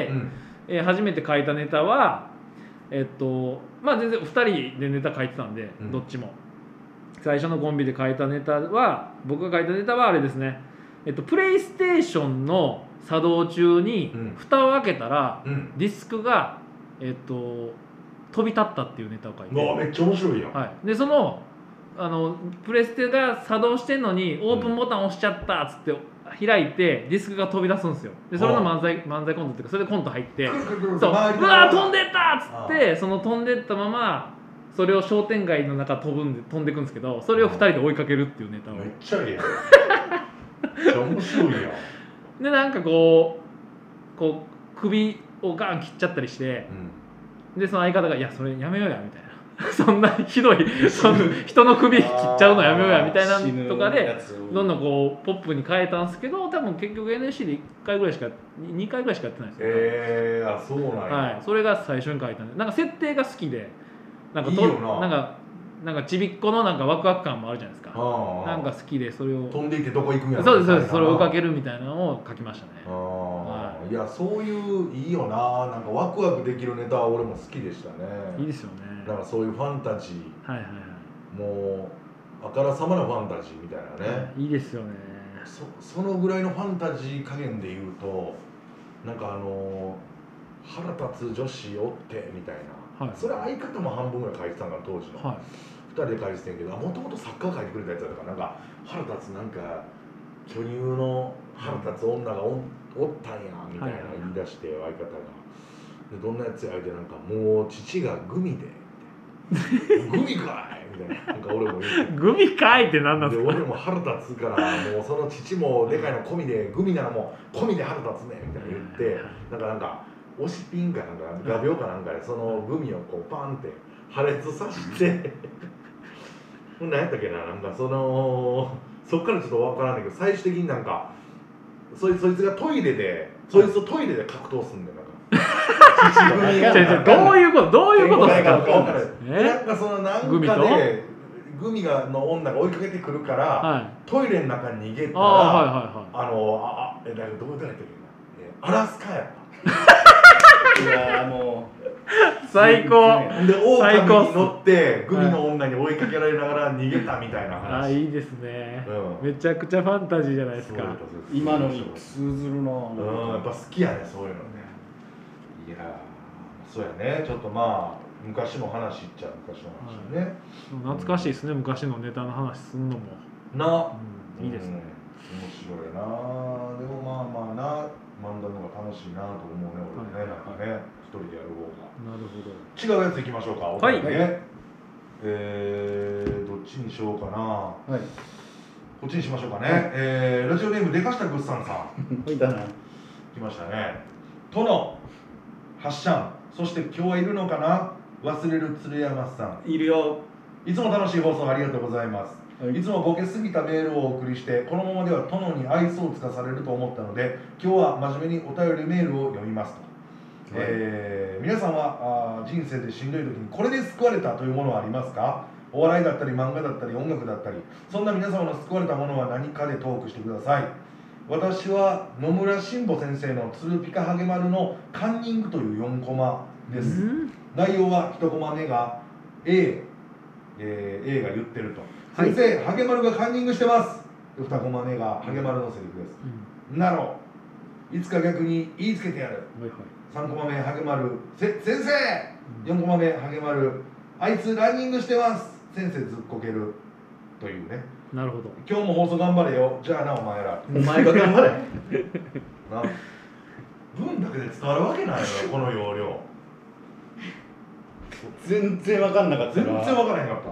初めて書いたネタはまあ全然2人でネタ書いてたんで、どっちも最初のコンビで書いたネタは、僕が書いたネタはあれですね、プレイステーションの作動中に蓋を開けたら、ディスクが飛び立ったっていうネタを書いて、 めっちゃ面白いやん。 でそのプレステが作動してんのにオープンボタン押しちゃったっつって開いてディスクが飛び出すんですよ。でそれの漫才コントっていうか、それでコント入ってそううわー飛んでったっつって、その飛んでったままそれを商店街の中飛んでいくんですけど、それを2人で追いかけるっていうネタを。 めっちゃいいやん。めっちゃ面白いやん。 でなんかこう首をガン切っちゃったりして、でその相方が「いやそれやめようや」みたいな。そんなひどい人の首切っちゃうのやめようやみたいなとかでどんどんこうポップに変えたんですけど、多分結局 NSC で1回ぐらいしか2回ぐらいしかやってないですよ。 そうなんや。 はい、それが最初に書いたんで、なんか設定が好きで、なんかいいよな。 なんかちびっこのなんかワクワク感もあるじゃないですか。なんか好きでそれを飛んでいってどこ行くんやろ。 そうですそれを追いかけるみたいなのを書きましたね。 いやそういういいよな、なんかワクワクできるネタは俺も好きでしたね。 いいですよね。 だからそういうファンタジー、もうあからさまなファンタジーみたいなね、 いいですよね。 そのぐらいのファンタジー加減で言うと、なんか腹立つ女子おってみたいな、それ相方も半分ぐらい書いてたんから当時の、2人で書いてたんやけど、もともと作家が書いてくれたやつだから、なんか腹立つなんか巨乳の腹立つ女がおったんやみたいな言い出して、相方がでどんなやつやで、なんかもう父がグミでグミかいみたいな、なんか俺も言うてグミかいって何なんですか。 俺も腹立つから、もうその父もでかいの込みでグミならもう込みで腹立つねみたいな言って、なんか押しピンかなんか画鋲かなんかでそのグミをこうパンって破裂させて何やったっけな、なんかそっからちょっと分からんねんけど、最終的になんかそいつがトイレでそいつとトイレで格闘すんだよ。 どういうことですか。 なんかそのなんかでグミの女が追いかけてくるから、トイレの中に逃げたら、どこだったっけな、アラスカやった。 いやもう最高で狼に乗ってグミの女に追いかけられながら逃げたみたいな話。 いいですね、めちゃくちゃファンタジーじゃないですか。 今のに通ずるな。 やっぱ好きやね、そういうのね。いやそうやね、ちょっとまあ昔の話っちゃ昔の話ね、 懐かしいですね、昔のネタの話すんのもいいですね。 面白いな。でもまあな、漫談の方が楽しいなと思うね、俺ね。なんかね、一人でやる方が。 なるほど。 違うやついきましょうか。 はい。 どっちにしようかな。 こっちにしましょうかね。ラジオネームでかしたぐっさんさん。 いたな。 来ましたね。殿、はっしゃん、そして今日はいるのかな、忘れる鶴山さん。 いるよ。 いつも楽しい放送ありがとうございます。いつもボケすぎたメールをお送りして、このままでは殿に愛想をつかされると思ったので、今日は真面目にお便りメールを読みますと。皆さんは人生でしんどい時にこれで救われたというものはありますか？お笑いだったり漫画だったり音楽だったり、そんな皆様の救われたものは何かでトークしてください。私は野村真保先生の「鶴ピカハゲマルのカンニング」という4コマです。内容は1コマ目が A が言ってると、はい、先生、ハゲマルがカンニングしてます。2コマ目がハゲマルのセリフです、なろいつか逆に言いつけてやる、3コマ目ハゲマル先生、4コマ目ハゲマルあいつランニングしてます、先生ずっこけるというね。 なるほど。 今日も放送頑張れよ、じゃあなお前ら。 お前が頑張れな、文だけで伝わるわけないよこの要領。 全然分かんなかった。 全然分からへんかった。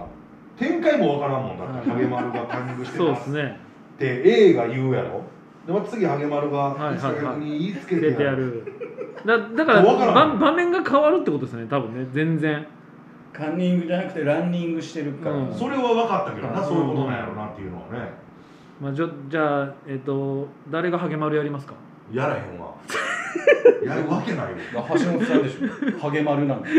展開も分からんもんだって。ハゲマルがカンニングしてますそうですね。 で A が言うやろ。で次ハゲマルが逆に言いつけてやる。 だから場面が変わるってことですね、多分ね。全然カンニングじゃなくてランニングしてるから、 それは分かったけどな、そういうことなんやろなっていうのはね。 まあ、じゃあ、誰がハゲマルやりますか？ やらへんわやるわけないよ。 橋本さんでしょハゲマルなんで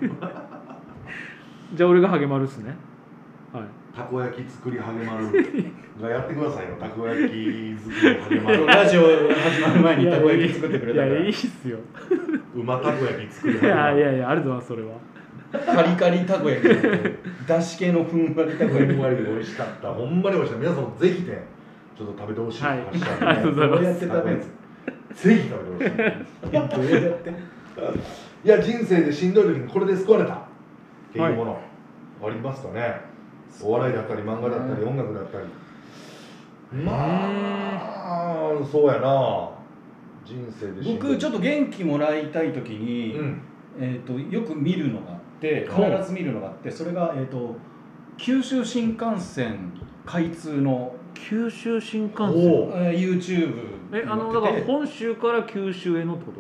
じゃあ俺がハゲマルっすね。はい。 たこ焼き作りハゲマルがやってくださいよ。たこ焼き作りハゲマル。 ラジオ始まる前にたこ焼き作ってくれたから。 いやいいっすよ。 馬たこ焼き作りハゲマル。 いやありがとうございます。それはカリカリたこ焼きだし系のふんわりたこ焼き。 ふんわりで美味しかった。ほんまに美味しかった。皆さんもぜひね、ちょっと食べてほしい。 はい、ありがとうございます。 どうやって食べる？ ぜひ食べてほしい。 どうやって？ いや、人生でしんどい時にこれで救われたっていうもの、ありますかね。お笑いだったり漫画だったり音楽だったり。まあそうやな。人生でしんどい。 僕ちょっと元気もらいたい時に、よく見るのがあって、必ず見るのがあって、それが九州新幹線開通の九州新幹線 YouTube だから本州から九州へのってこと？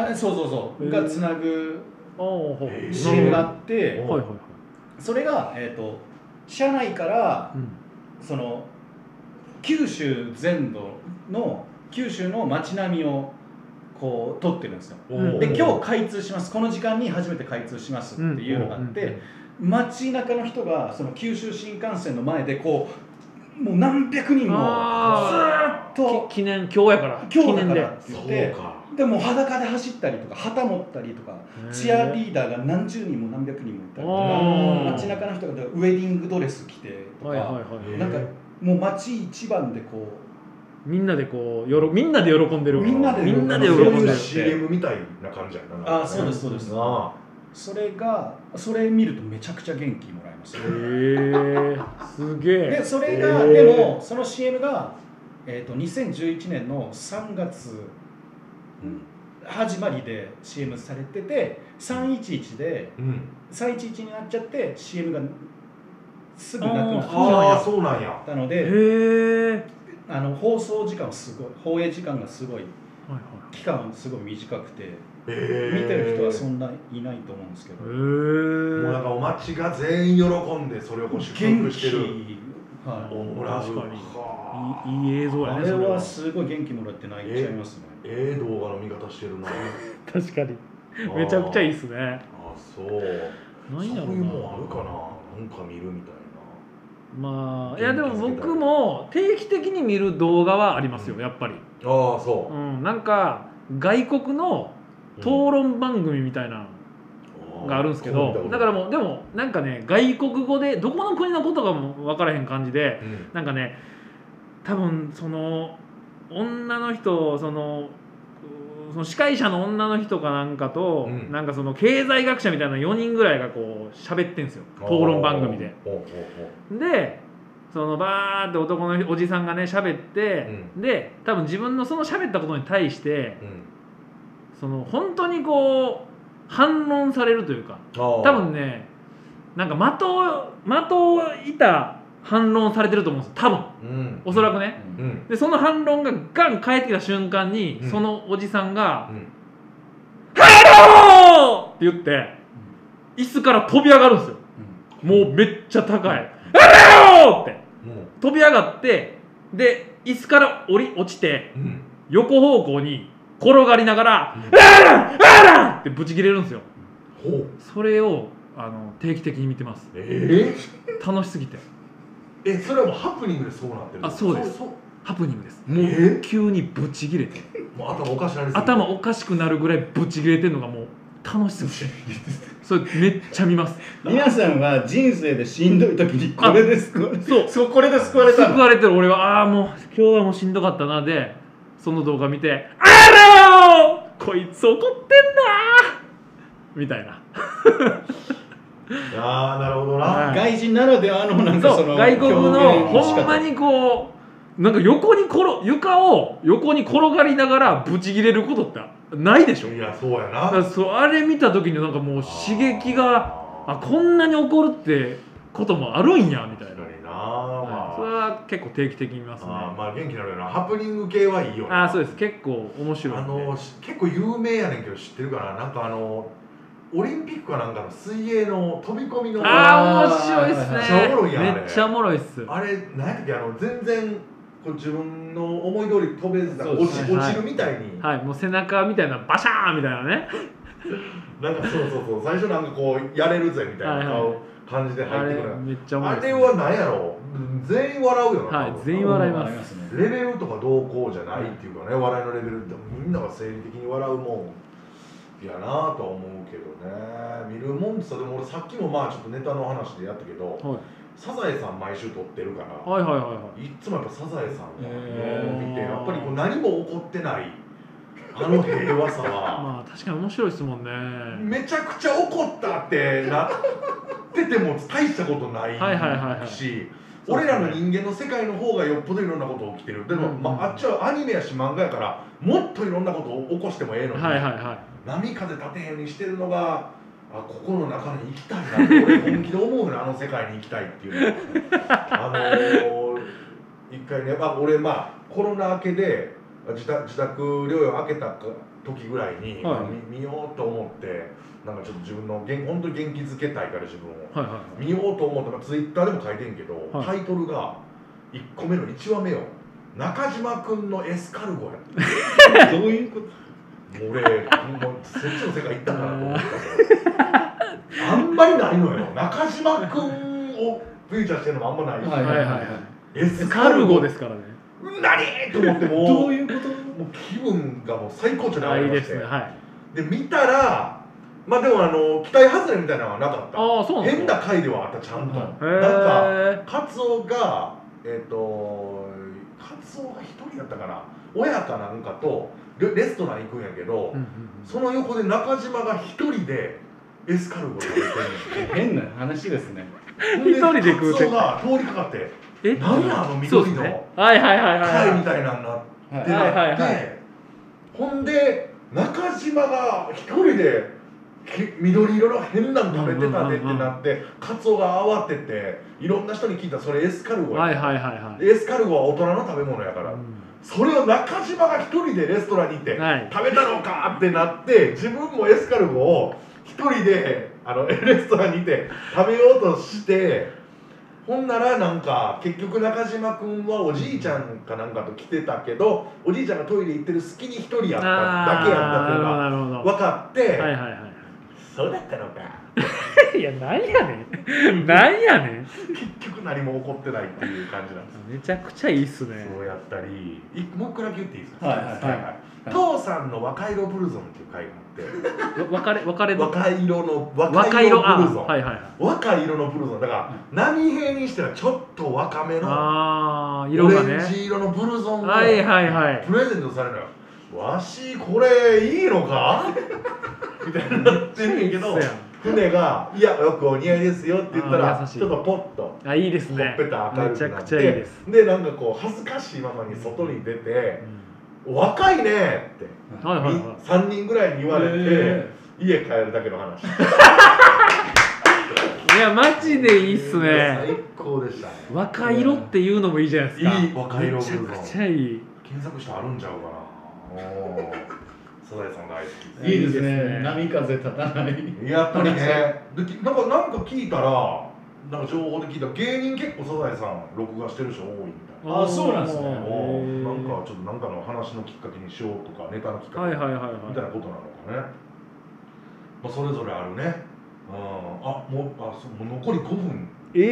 そうがつなぐ CM があって、それが車内からその九州全土の九州の街並みをこう撮ってるんですよ。で今日開通します、この時間に初めて開通しますっていうのがあって、街中の人がその九州新幹線の前でこうもう何百人もずーっと記念、今日やから今日だからって言って、でも裸で走ったりとか旗持ったりとかチアリーダーが何十人も何百人もいたりとか、街中の人がウェディングドレス着てとか、なんかもう街一番でこうみんなでこうみんなで喜んでる、 みんなで喜んでる CM みたいな感じやな。 あ、そうですそうです。それ見るとめちゃくちゃ元気もらえます。 すげえ。 でそれがでもその CM が2011年の3月始まりで CM されてて、311で311になっちゃって CM がすぐなくなったので、放送時間はすごい、放映時間がすごい、期間はすごい短くて。見てる人はそんないないと思うんですけど、もうなんかお街が全員喜んでそれをこう祝福してる。 確かにいい映像やね。 あれはすごい元気もらって泣いちゃいますね。 動画の見方してるな。 確かにめちゃくちゃいいっすね。 あ、そう。何やろうな。そういうもんあるかな。なんか見るみたいな。 まあいやでも僕も定期的に見る動画はありますよ、やっぱり。 ああ、そう。 なんか外国の討論番組みたいなのがあるんですけど、だからもうでもなんかね、外国語でどこの国のことかも分からへん感じで、なんかね、多分その女の人、その司会者の女の人かなんかと、なんかその経済学者みたいな4人ぐらいがこう喋ってんすよ、討論番組で。でそのバーって男のおじさんがね喋って、で多分自分のその喋ったことに対して、その本当にこう反論されるというか、多分ね、なんか的を射た反論されてると思うんですよ多分、おそらくね、でその反論がガン返ってきた瞬間に、そのおじさんが「ハロー!」って言って椅子から飛び上がるんですよ、もうめっちゃ高い「ハロー!」って飛び上がって、で椅子から落ちて、横方向に転がりながら「あらあら!」ってブチ切れるんですよ。それを定期的に見てます。楽しすぎて。 それはもうハプニングでそうなってる。 そうです。ハプニングです。もう急にブチ切れて、 もう頭おかしなりすぎて、 頭おかしくなるぐらいブチ切れてるのがもう楽しすぎてそれめっちゃ見ます。 皆さんは人生でしんどい時にこれで救われた。そう、これで救われた。 救われてる。俺はもう今日はもうしんどかったなで、その動画見て「あらーこいつ怒ってんなー」みたいななるほどな。 外人ならではのなんかその外国のほんまにこうなんか床を横に転がりながらブチ切れることってないでしょ。 いやそうやな。 あれ見た時になんかもう刺激がこんなに起こるってこともあるんやみたいな。それは結構定期的に見ますね。 まあ元気になるよな。ハプニング系はいいよな。 そうです。結構面白い、 結構有名やねんけど知ってるかな。なんかオリンピックかなんかの水泳の飛び込みの面白いっすね。 めっちゃおもろいやん。 めっちゃおもろいっす。 あれ何やったっけ、全然こう自分の思い通り飛べず落ちるみたいに、 もう背中みたいなバシャーンみたいなねなんかそう最初なんかこうやれるぜみたいな感じで入ってくる。 めっちゃおもろい。 あれは何やろう、全員笑うよな。 全員笑いますね。 レベルとかどうこうじゃないっていうかね、笑いのレベルってみんなが生理的に笑うもんやなとは思うけどね。見るもんってさ、でも俺さっきもちょっとネタの話でやったけど、サザエさん毎週撮ってるから、いつもやっぱサザエさんを見て、やっぱりこう何も起こってない平和さは確かに面白いですもんね。 めちゃくちゃ怒ったってなってても大したことないし、俺らの人間の世界の方がよっぽどいろんなこと起きてる。でも、あっちはアニメやし漫画やからもっといろんなことを起こしてもええのに、波風立てへんにしてるのがここの中に行きたいなって俺本気で思うね。世界に行きたいっていうのは一回ね、俺コロナ明けで自宅療養明けた時ぐらいに、見ようと思って、なんかちょっと自分の本当に元気づけたいから自分を、見ようと思って、ツイッターでも書いてんけど、タイトルが1個目の1話目よ、中島くんのエスカルゴやどういうこと？俺もうそっちの世界行ったかなと思ったけどあんまりないのよ。中島くんをフューチャーしてるのもあんまないし、エスカルゴですからね。何と思ってもどういうこと？ もう気分がもう最高潮に上がりまして、 で見たらでも期待外れみたいなのはなかった。変な回ではあった。ちゃんとなんかカツオがカツオが一人だったかな、親かなんかとレストラン行くんやけど、その横で中島が一人でエスカルゴで食べてるん変な話ですね。 一人で食うて、 カツオが通りかかって、何や緑の貝みたいなのになって、ほんで中島が一人で緑色の変なの食べてたでってなって、カツオが慌てていろんな人に聞いたらそれエスカルゴや、エスカルゴは大人の食べ物やから、それを中島が一人でレストランに行って食べたのかってなって、自分もエスカルゴを一人でレストランにいて食べようとして、ほんならなんか結局中島くんはおじいちゃんかなんかと来てたけど、おじいちゃんがトイレ行ってる隙に一人やっただけやったっていうのが分かって、そうだったのかいやなんやねんなんやねん結局何も起こってないっていう感じなんです。 めちゃくちゃいいっすね。 そうやったり、もう一個だけ言っていいですか？父さんの若色ブルゾンっていう回があって、若色のブルゾン、若色のブルゾンだから波平にしてはちょっと若めのオレンジ色のブルゾンをプレゼントされるのよ。わしこれいいのかみたいになってんねんけど、船が「いやよくお似合いですよ」って言ったらちょっとポッといいですね、 ほっぺた明るくなって、でなんかこう恥ずかしいままに外に出て「若いね」って3人ぐらいに言われて家帰るだけの話いやマジでいいっすね。 最高でしたね。 若色っていうのもいいじゃないですか。 いい若色めちゃくちゃいい。 検索してあるんちゃうかな。おお。サザエさん大好き。 いいですね。波風立たない。 やっぱりね。でなんか聞いたら、なんか情報で聞いたら芸人結構サザエさん録画してる人多いみたいな。 あ、そうなんですね。 なんかちょっとなんかの話のきっかけにしようとかネタのきっかけみたいなことなのかね。まあそれぞれあるね。もう残り5分。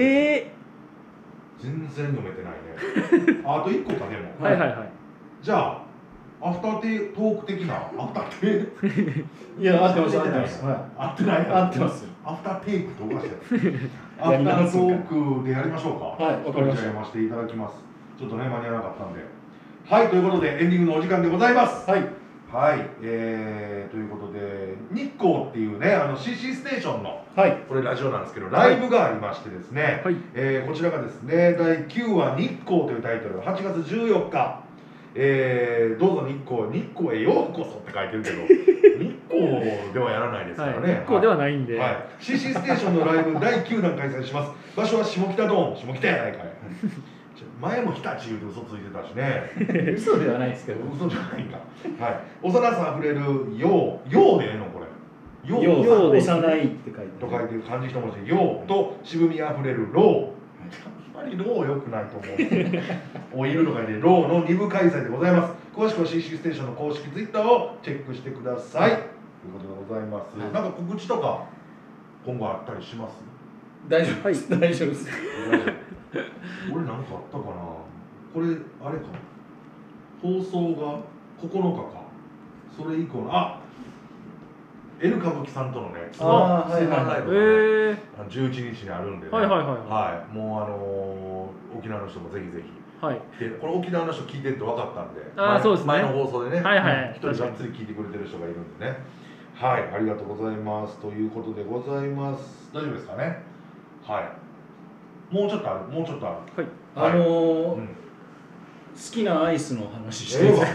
全然読めてないね。あと1個かでも。 はいはいはい。 じゃあアフタートーク的なアフターテーいや合ってます合ってます。 合ってない合ってます。 アフターテイクとおかしい。アフタートークでやりましょうか。 はい、わかりました。 やらせていただきます。ちょっとね間に合わなかったんで。はい、ということでエンディングのお時間でございます。 はい。 はい、ということで日光っていうねCC ステーションの、 はい、 これラジオなんですけどライブがありましてですね、 はい、 こちらがですね第9話日光というタイトル8月14日、どうぞ日光へようこそって書いてるけど日光ではやらないですからね、 日光ではないんで、 はい、CC ステーションのライブ第9弾開催します。場所は下北ドーム、下北やないかい前も日立言うて嘘ついてたしね嘘ではないですけど嘘じゃないか。はい、幼さあふれるようでええのこれよう幼いって書いてと書いてる漢字一文字でようと渋みあふれるろう。あんまりろう良くないと思うおいるの書いてろうの2部開催でございます。詳しくは CC ステーションの公式 Twitter をチェックしてくださいということでございます。なんか告知とか今後あったりします？ 大丈夫です、大丈夫です。 俺なんかあったかな。これあれか放送が9日かそれ以降のL歌舞伎さんとのねツーマンライブがね11日にあるんでね、はい、もう沖縄の人もぜひぜひ、はい、でこれ沖縄の人聞いてると分かったんで、 そうですね、 前の放送でね、一人がっつり聞いてくれてる人がいるんでね、はい、ありがとうございますということでございます。大丈夫ですかね。はい、もうちょっとある、はい、 好きなアイスの話してる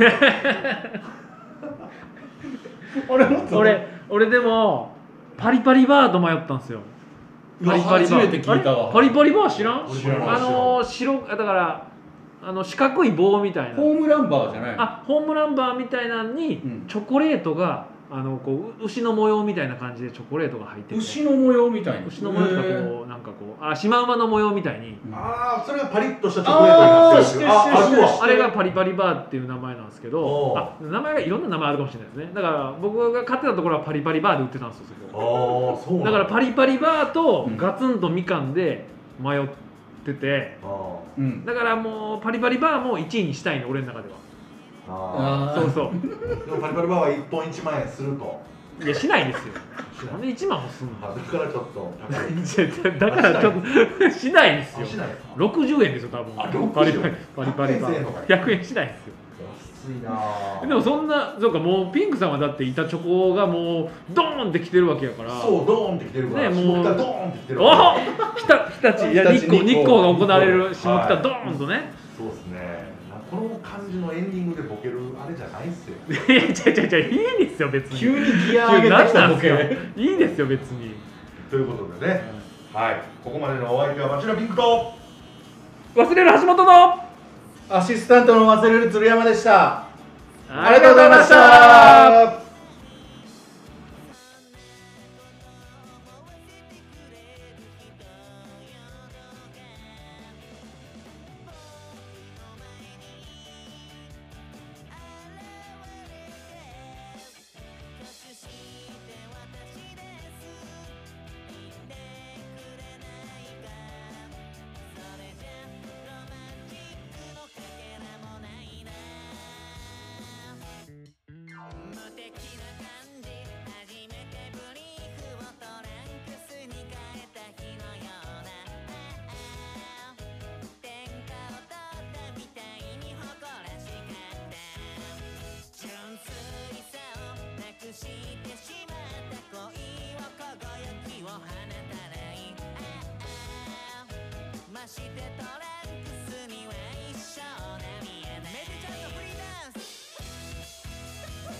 俺でもパリパリバーと迷ったんですよ。 パリパリバー初めて聞いたわ。 パリパリバー知らん？白だから四角い棒みたいな。 ホームランバーじゃない？ ホームランバーみたいなのにチョコレートがこう牛の模様みたいな感じでチョコレートが入ってて。 牛の模様みたいな。 牛の模様とかこうなんかこうシマウマの模様みたいに。 それがパリッとしたチョコレートになってる。 あれがパリパリバーっていう名前なんですけど、名前がいろんな名前あるかもしれないですね。だから僕が買ってたところはパリパリバーで売ってたんですよ。 そうだからパリパリバーとガツンとみかんで迷ってて、だからもうパリパリバーも1位にしたいの俺の中では。そうそうでもパリパリバーは1本1万円すると。 いやしないですよ。なんで1万もすんの？ だからちょっと高い。 だからちょっとしないですよ。 しないですか ？60円ですよ多分。パリパリバー100円しないですよ。 安いな。 でもそんなそうかもうピンクさんはだって板チョコがもうドーンってきてるわけやから。 そうドーンってきてるから。 ねもうドーンってきてる。 日立いや日光が行われる下北ドーンとね。 そうですね。この感じのエンディングでボケるあれじゃないっすよ。 いやいいですよ別に。 急にギア上げてきたボケ。 いいですよ別に。 ということでね、はい、ここまでのお相手は町田ピンクと忘れる橋本のアシスタントの忘れる鶴山でした。 ありがとうございました。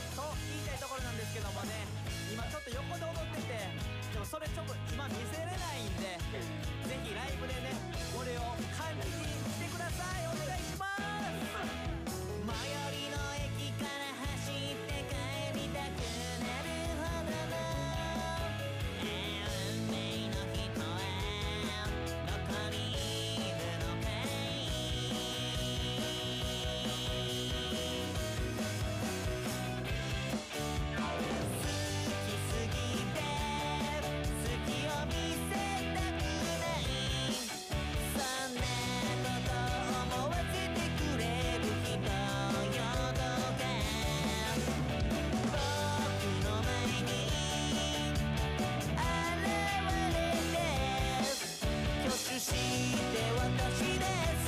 今ちょっと横で踊ってて、でもそれちょっと今見せれないぜひライブでねこれを感じに来てください。お願いします。最寄りの駅から走って帰りたくなるほどの運命の人はどこにいるのかい。好きすぎて好きを見せたくない。そんなこと思わせてくれる人よどうか僕の前に現れて挙手して私です。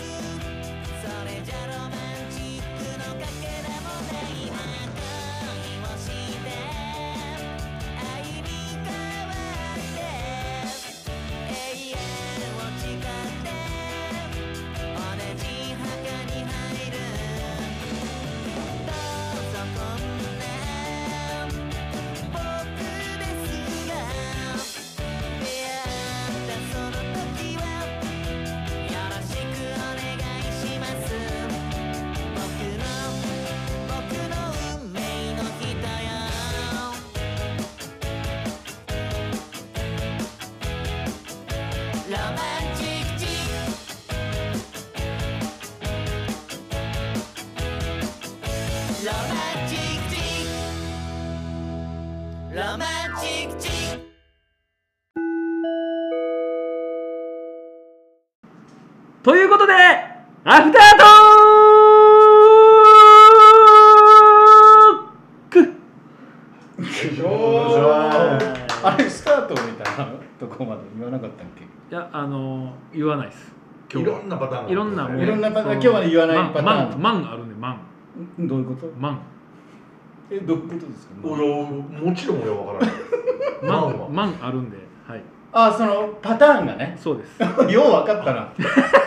それじゃロマンチックのかけらもないな。恋をして愛に変わって永遠を誓って同じ墓に入る。どうぞこんな僕ですが出会ったその時はよろしくお願いします。僕の運命の人よ。ロマンチックチックロマンチックチックロマンチックチック。 ということでアフタートークあれスタートみたいなとこまで言わなかったっけ？ いや言わないです今い日は。 ろんなパターンがいろんなもういろんなパターン今日まで言わないパターン。 マンあるんでマンどういうこと？ マンどういうことですか？ いやもちろん俺は分からないマンあるんで、はい、 あ、そのパターンがね。 そうです。 よう分かったな。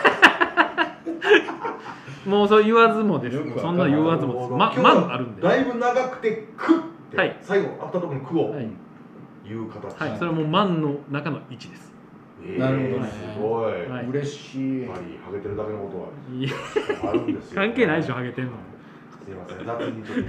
もうそう言わずもですよくわかるそんな言わずもです。マンあるんで、 だいぶ長くて「く」って、 はい最後あったところの「く」をはい言う形、 はい、それもマンの中の位置です。 なるほどねすごい、 はい嬉しいやっぱりハゲてるだけのことはいやあるんですよ、 関係ないでしょハゲてんの。 すいません、雑にちょっ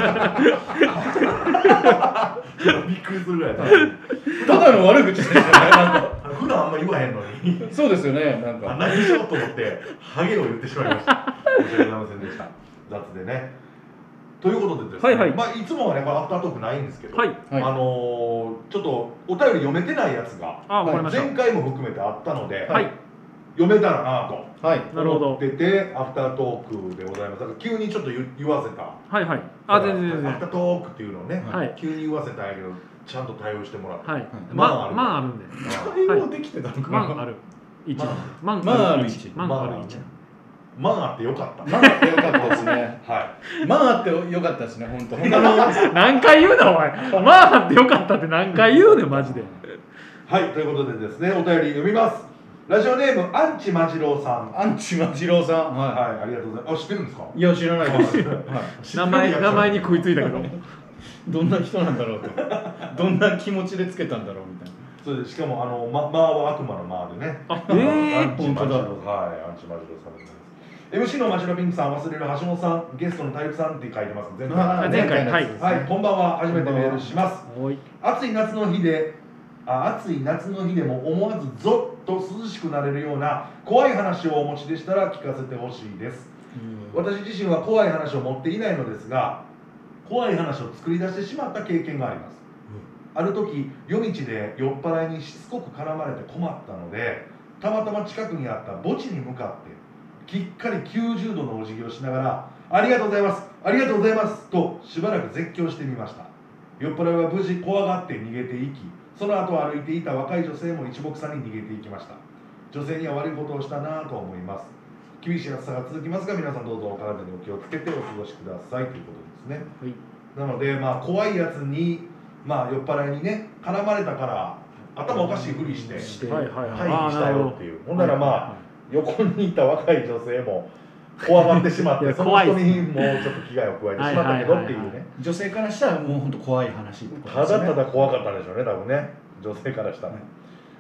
とびっくりするぐらい雑にただの悪口ですよね。なんか普段あんま言わへんのにそうですよね。なんか何しようと思ってハゲを言ってしまいました申し訳ございませんでした。雑でねということでですね、 はいはいまあ、いつもはねこれアフタートークないんですけど、 はい、 はいちょっとお便り読めてないやつがあ、わかりました。 前回も含めてあったので、 はい、 読めたらなとはい。 なるほど思っててアフタートークでございます。だから急にちょっと言わせたはいはい。あ、全然全然。 アフタートークっていうのをね、 はい急に言わせたんやけどちゃんと対応してもらって、 はい。 マンあるマンあるんで。 対応できてたのかな。 マンある。1 マンマンあるマンある 1。マンある1。 マンあってよかった、 マンあってよかったですね。 はマンあってよかったですね。本当。 何回言うなお前。マンあってよかったって何回言うねんマジで。 い、はい、ということでですねお便り読みます。ラジオネームアンチマジローさん。 アンチマジローさん。ははい、ありがとうございます。あ、知ってるんですか？ い。いや知らないです。は名前に食いついたけど。 い。どんな人なんだろうと。どんな気持ちでつけたんだろうみたいな。 それでしかもマーは悪魔のマーでね。 あ、 アンチマジロー、はい、アンチマジローさんでございます。MC のマジロピンクさん、忘れる橋本さん、ゲストの大陸さんって書いてます。前回。 前回はいはい、こんばんは。初めてメールします。 おい。 暑い夏の日でも思わずゾッと涼しくなれるような怖い話をお持ちでしたら聞かせてほしいです。私自身は怖い話を持っていないのですが、怖い話を作り出してしまった経験があります。ある時夜道で酔っ払いにしつこく絡まれて困ったので、たまたま近くにあった墓地に向かってきっかり90度のお辞儀をしながら「ありがとうございますありがとうございます」としばらく絶叫してみました。酔っ払いは無事怖がって逃げていき、その後歩いていた若い女性も一目散に逃げていきました。女性には悪いことをしたなと思います。厳しい暑さが続きますが、皆さんどうぞお体にお気をつけてお過ごしくださいということですね。 はい。 なので、まあ、怖いやつに、まあ、酔っ払いにね絡まれたから頭おかしいふりしてはいはいはい。 回避したよっていう。ほんならまあ横にいた若い女性も怖がってしまってその人にもうちょっと危害を加えてしまったけどっていうね。 女性からしたらもう本当怖い話ってことたですね。 だただ怖かったんでしょうね多分ね、女性からしたら。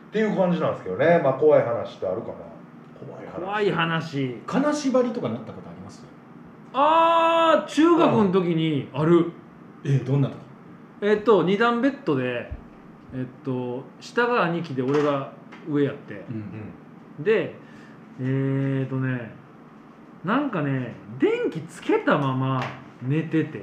っていう感じなんですけどね。まあ怖い話ってあるかな。 怖い話。 金縛りとかなったことあります？ 中学の時にある。 どんな時？ 2段ベッドで下が兄貴で俺が上やって、でなんかね電気つけたまま寝てて、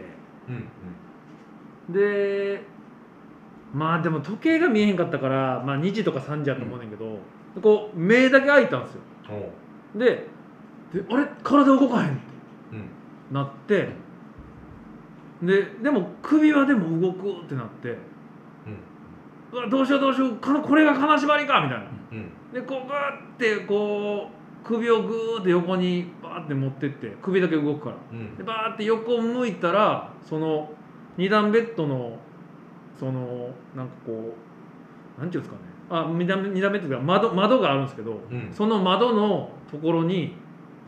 でまあでも時計が見えへんかったから、まあ、2時とか3時やと思うねんけど、こう目だけ開いたんですよ。であれ体動かへんってなって、でも首はでも動くってなって、うわどうしようこれが金縛りかみたいな、でこうグーってこう首をグーって横にバーって持ってって首だけ動くから、でバーって横を向いたらその2段ベッドのそのなんかこうなんていうんですかね、2段ベッドが窓があるんですけど、その窓のところに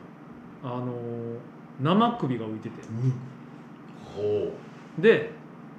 生首が浮いてて、で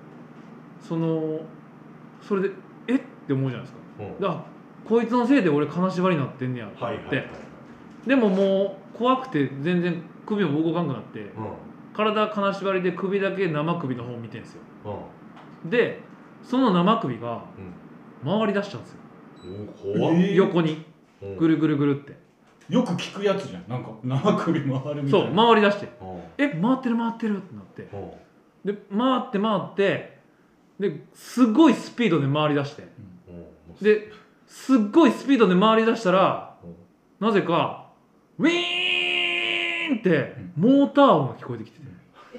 それでって思うじゃないですか。だからこいつのせいで俺金縛りになってんねやと思って、でももう怖くて全然首も動かんくなって、体金縛りで首だけ生首の方を見てんですよ。でその生首が回り出しちゃうんですよ、横にぐるぐるぐるって。 よく聞くやつじゃん。なんか生首回るみたいな。 そう回り出して、回ってるってなって、で回ってですごいスピードで回り出して、ですっごいスピードで回り出したら、なぜかウィーンってモーター音が聞こえてきて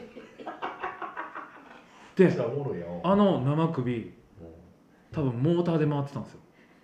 て、で生首多分モーターで回ってたんですよ。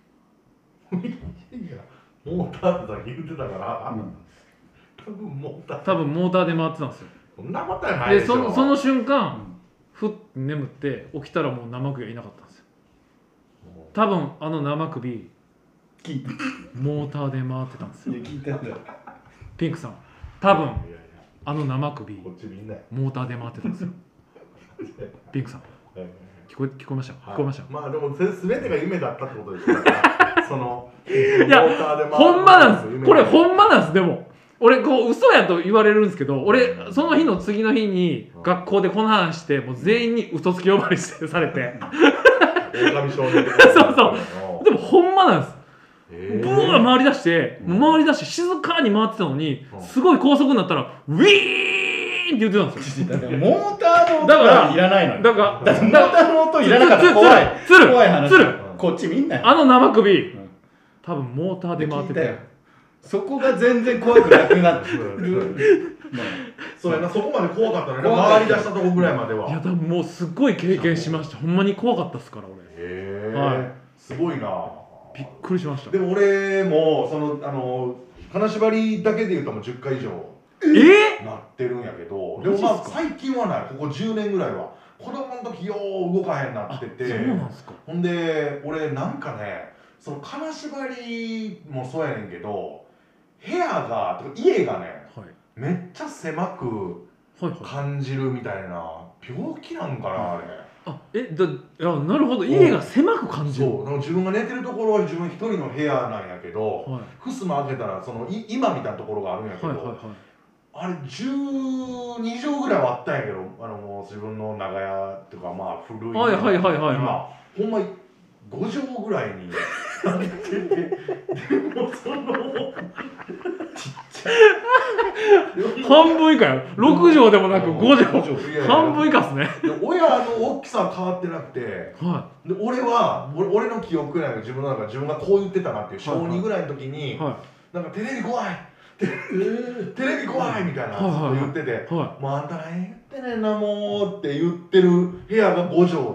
モーターってだけ言ってたから、多分モーターで回ってたんですよ。 そんなことはないでしょ。 でその瞬間、ふっと眠って起きたらもう生首がいなかったんですよ。多分生首モーターで回ってたんですよ。ピンクさん多分生首モーターで回ってたんですよ。ピンクさん聞こえました？聞こえました？ まあでも全てが夢だったってことですからいやほんまなんです。これほんまなんです。でも俺こう嘘やと言われるんですけど、俺その日の次の日に学校でこの話してもう全員に嘘つき呼ばわりされて狼少年そうでもほんまなんです。ブワー回り出して静かに回ってたのに、すごい高速になったらウィーンって言ってたんですよ。 モーターの音がいらないのよ。 だからモーターの音いらなかったら怖い話。こっちみんな生首、多分モーターで回ってて、 そこが全然怖くなくなってる。 そうやな、そこまで怖かったね。回り出したとこぐらいまでは。 いや多分もうすっごい経験しました。ほんまに怖かったっすから俺。 すごいな。 びっくりしました。 でも俺も金縛りだけで言うともう10回以上なってるんやけど、でもまあ最近はない。ここ10年ぐらいは子供の時よう動かへんなってて、 そうなんすか。 ほんで俺なんかね、その金縛りもそうやねんけど、部屋が家がね、めっちゃ狭く感じるみたいな病気なんかなあれ。 なるほど、家が狭く感じる。 そう、自分が寝てるところは自分一人の部屋なんやけど、襖開けたら今みたいなところがあるんやけど、あれ12畳ぐらいはあったんやけど、もう自分の長屋とかまあ古い今ほんま5畳ぐらいになってて、でもちっちゃい半分以下よ。6畳でもなく5畳、半分以下っすね。 親の大きさは変わってなくて、で俺の記憶なんやけど、自分の中で自分がこう言ってたなっていう、小2ぐらいの時に、なんかテレビ怖いテレビ怖いみたいなこと言ってて、もうあんた何言ってねんなもうって言ってる部屋が5畳って。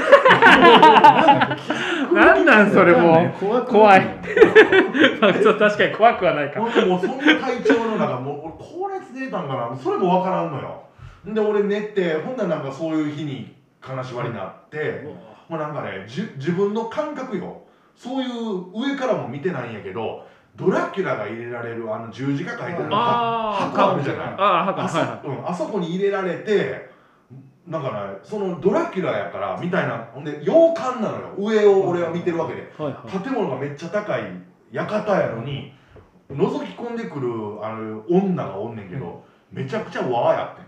なんなんそれもう怖い。確かに怖くはないか。 もうそんな体調の中、もう俺高熱出たんかな、それも分からんのよ。で俺寝て、ほんならなんかそういう日に金縛りになって、もうなんかね、自分の感覚よ、そういう上からも見てないんやけど、ドラキュラが入れられる十字架書いてる箱あるじゃない。あそこに入れられて、 なんかねそのドラキュラやからみたいなほんで洋館なのよ上を俺は見てるわけで、 はいはい建物がめっちゃ高い館やのに覗き込んでくる女がおんねんけど、めちゃくちゃわーやってん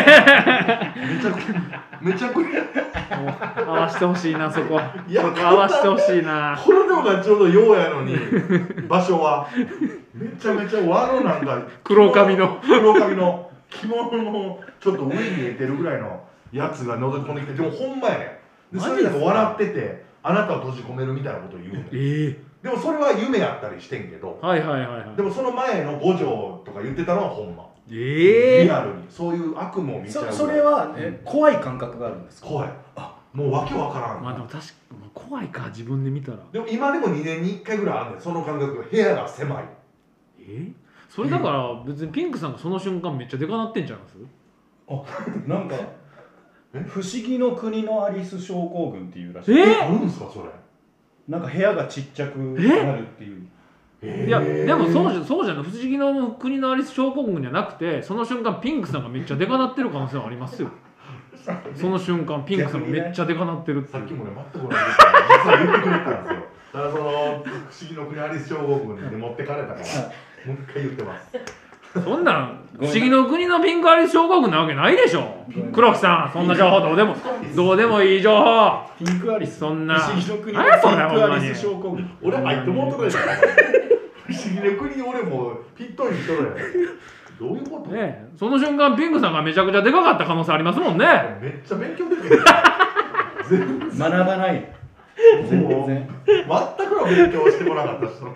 めちゃくちゃ合わしてほしいなそこいやそこ合わしてほしいなこれでもがちょうどようやのに場所はめちゃめちゃ和のなんか黒髪の着物のちょっと上に見えてるぐらいのやつが覗き込んできてでもほんまやねんでそれで笑っててあなたを閉じ込めるみたいなことを言うねんでもそれは夢やったりしてんけどはいはいはいはいでもその前の五条とか言ってたのはほんまリリアルにそういう悪夢を見ちゃうぐらいそれは、怖い感覚があるんですか？ 怖いもうわけわからん、 まあでも確かに怖いか自分で見たらでも今でも2年に1回ぐらいあんねんその感覚部屋が狭いそれだから別にピンクさんがその瞬間めっちゃでかなってんちゃいますあ、なんか不思議の国のアリス症候群っていうらしい。 あるんですかそれなんか部屋がちっちゃくなるっていう。 いやでもそうじゃない不思議の国のアリス症候群じゃなくてその瞬間ピンクさんがめっちゃでかなってる可能性はありますよその瞬間ピンクさんがめっちゃでかなってるってさっきもね全く同じ実は言ってくれたんですよただその不思議の国アリス症候群で持ってかれたからもう一回言ってますそんなん不思議の国のピンクアリス症候群なわけないでしょ黒木さんそんな情報どうでもいい情報ピンクアリスそんな不思議の国の何やそんピなンクアリス症候群。 俺入ってもうとるやん不思議の国に俺もうピットにしとるやんどういうこと、 ねその瞬間ピンクさんがめちゃくちゃでかかった可能性ありますもんねめっちゃ勉強できる全然学ばない。全然。 全くの勉強をしてこなかった人の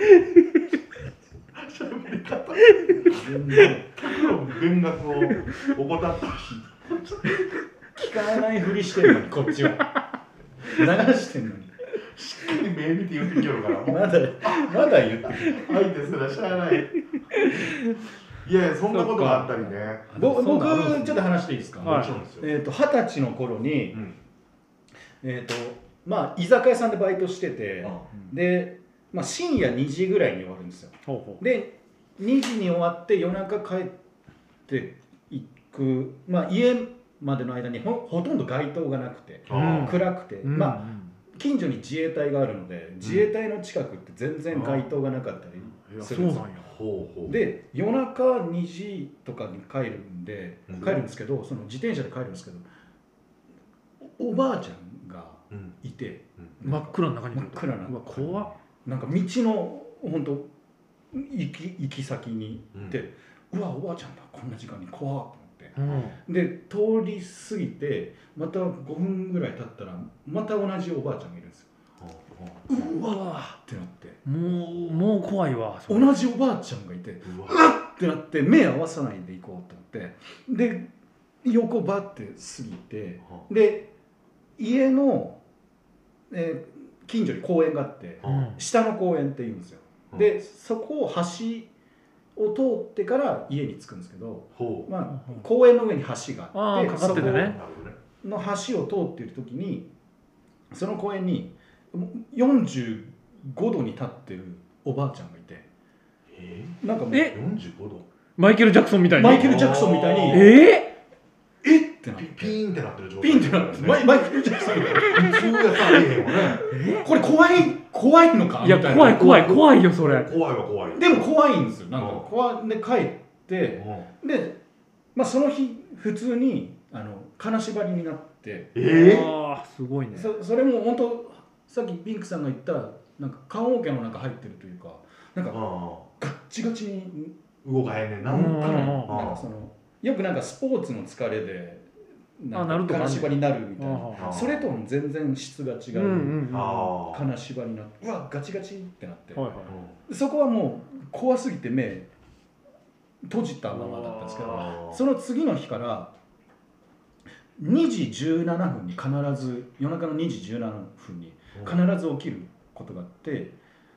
喋り方全くの勉学を怠ったし聞かないふりしてるのにこっちは流してんのにしっかり目見て言ってきよるからもうまだ言ってくる。 相手すら知らないいやいやそんなことがあったりね僕ちょっと話していいですか？ もちろんですよ 20歳の頃に、まあ居酒屋さんでバイトしてて、で、まあ、深夜2時ぐらいに終わるんですよ。で2時に終わって夜中帰っていく、まあ、家までの間にほとんど街灯がなくて、暗くて、まあ近所に自衛隊があるので自衛隊の近くって全然街灯がなかったりするんですよ。で夜中2時とかに帰るんですけどその自転車で帰るんですけどおばあちゃんがいて、 真っ暗の中に真っ暗な怖っなんか道の本当行き先に行って、うわおばあちゃんだこんな時間に怖っと思って、で通り過ぎてまた5分ぐらい経ったらまた同じおばあちゃんがいるんですよ。うわってなってもう怖いわ同じおばあちゃんがいてうわってなって目合わさないで行こうと思ってで横バって過ぎてで家の、近所に公園があって、下の公園って言うんですよ。でそこを橋を通ってから家に着くんですけど、まあ、公園の上に橋があってかかっててねそこの橋を通っている時にその公園に45度に立ってるおばあちゃんがいて、なんかもう 45度マイケル・ジャクソンみたいにマイケル・ジャクソンみたいにってなってピーンってなってる状態ピンってなってマイケル・ジャクソンみたいな普通やったらええへんわねこれ怖いのかいや怖いよそれ怖いわ怖いでも怖いんですよなんか怖いで帰ってで、まあ、その日普通に金縛りになってすごいねそれも本当さっきピンクさんが言ったなんか棺桶の中入ってるというかなんかガッチガチに動かへんねんななんかそのよくなんかスポーツの疲れでなんか金縛りになるみたいなそれとも全然質が違う金縛りになってうわガチガチってなってそこはもう怖すぎて目閉じたままだったんですけどその次の日から2時17分に必ず夜中の2時17分に必ず起きることがあって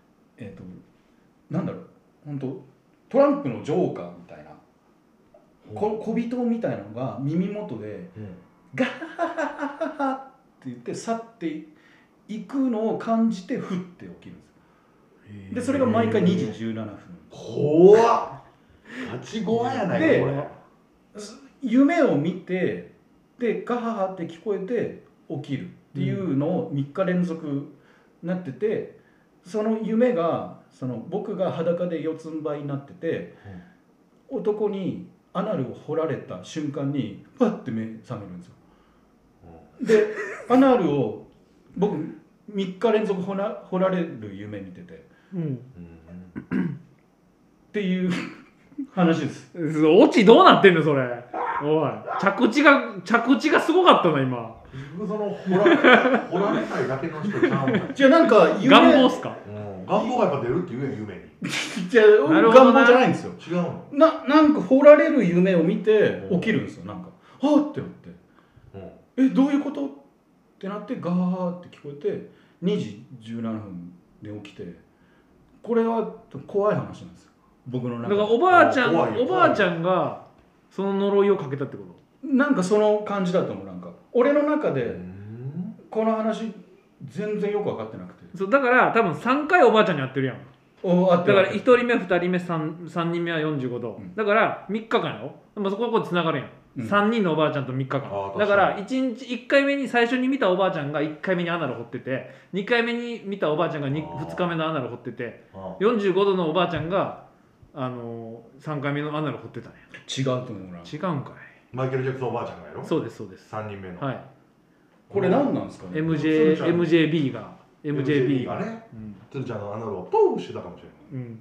なんだろう本当トランプのジョーカーみたいな小人みたいなのが耳元でガハハハハって言って去っていくのを感じてふって起きるんですよ。でそれが毎回2時17分。 怖っガチ怖やないかこれ。 夢を見てでガハハって聞こえて起きるっていうのを3日連続なってて、その夢が僕が裸で四つん這いになってて、男にアナルを掘られた瞬間にパッて目覚めるんですよ。でアナルを僕3日連続掘られる夢見てて、っていう話です。 オチどうなってんのそれ。おい、着地がすごかったな今。 その掘られたいだけの人ちゃうの。 じゃあなんか夢願望っすか。 願望がやっぱ出るっていう夢に。 じゃあ願望じゃないんですよ。 違うの。 なんか掘られる夢を見て起きるんですよ。なんかはってなって、どういうことってなってガーって聞こえて2時17分で起きて、これは怖い話なんですよ僕の中で。 だからおばあちゃんがその呪いをかけたってこと。 なんかその感じだと思う。なんか俺の中でこの話全然よく分かってなくて。 そうだから多分3回おばあちゃんに会ってるやん。だから1人目2人目 3人目は45度、だから3日間やろ。でもそこでつながるやん、3人のおばあちゃんと3日間だから1回目に最初に見たおばあちゃんが1回目にアナル掘ってて、2回目に見たおばあちゃんが 2日目のアナル掘ってて、45度のおばあちゃんが3回目のアナル掘ってたんや。 違うと思うな。 違うんかい。 マイケル・ジャクソンおばあちゃんがやろ。 そうですそうです。 3人目の。 はい。 これ何なんですかね。 MJB がね、つるちゃんのアナルをポーしてたかもしれない。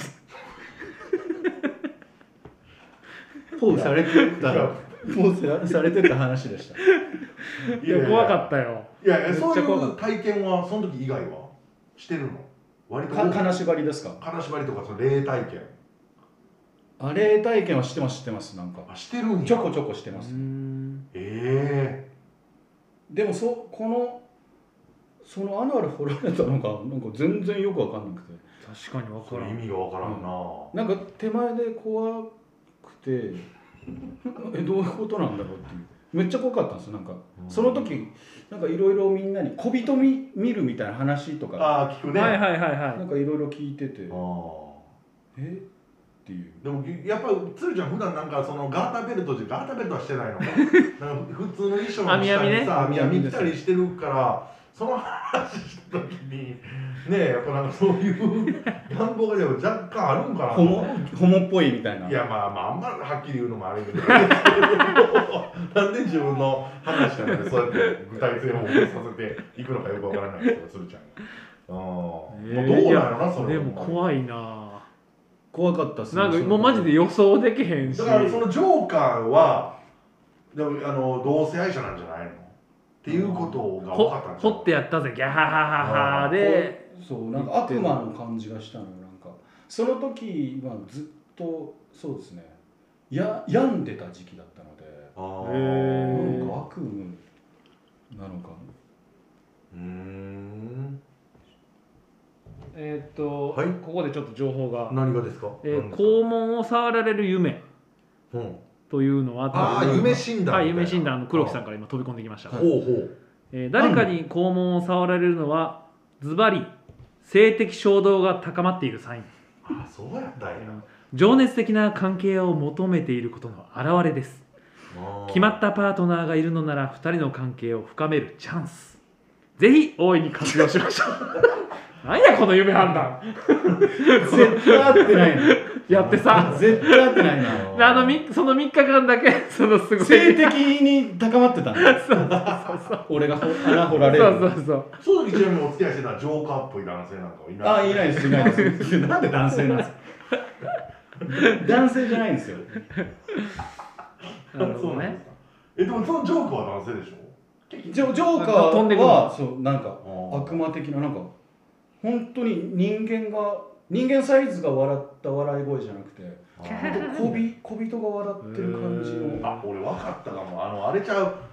ポーされてた話でした。 いや怖かったよ。 いやそういう体験はその時以外はしてるの？割と金縛りですか？ 金縛りとかその霊体験。 霊体験は知ってます。なんかしてるんや。 ちょこちょこしてます。でもそのアナル掘られたのがなんか全然よく分かんなくて。 確かに分からん。 意味が分からんな。 なんか手前で怖くてどういうことなんだろうっていう。めっちゃ怖かったんですよ。なんかその時なんかいろいろみんなに小人見るみたいな話とか聞くね。 なんかいろいろ聞いてて。っていう。 でもやっぱり鶴ちゃん普段なんかそのガーターベルトはしてないのか。なんか普通の衣装の下にさ網編み着たりしてるから。その話した時にねやっぱなんかそういう願望がでも若干あるんかな。 ホモっぽいみたいな。 いやまああんまはっきり言うのもあるけどなんで自分の話なのでそうやって具体性を起こさせていくのかよくわからないけど鶴ちゃんもうどうなのなそれ。 でも怖いな。 怖かったっすね。 なんかもうマジで予想できへんし。 だからそのジョーカーはでも同性愛者なんじゃないのっていうことが分かったんですよ。 掘ってやったぜギャハハハハで、 そうなんか悪魔の感じがしたのよ。なんかその時はずっとそうですね病んでた時期だったので、なんか悪夢なのか。 はい、ここでちょっと情報が。 何がですか？ 肛門を触られる夢。というのは夢診断。 はい、夢診断の黒木さんから今飛び込んできました。誰かに肛門を触られるのはズバリ性的衝動が高まっているサイン。 そうやったんや。 情熱的な関係を求めていることの表れです。決まったパートナーがいるのなら2人の関係を深めるチャンス。ぜひ大いに活用しましょう。なんやこの夢判断。 絶対合ってないの。 やってさ、 絶対合ってないな。 その3日間だけすごい性的に高まってたんだ。俺が穴掘られる。 その時ちなみにお付き合いしてたジョーカーっぽい男性なんかいない？ いないです。なんで男性なんですか？男性じゃないんですよ。 なるほどね。 でもそのジョーカーは男性でしょ？ ジョーカーはそうなんか悪魔的ななんか本当に人間サイズが笑った笑い声じゃなくて小人が笑ってる感じの。 俺分かったかも。あれちゃう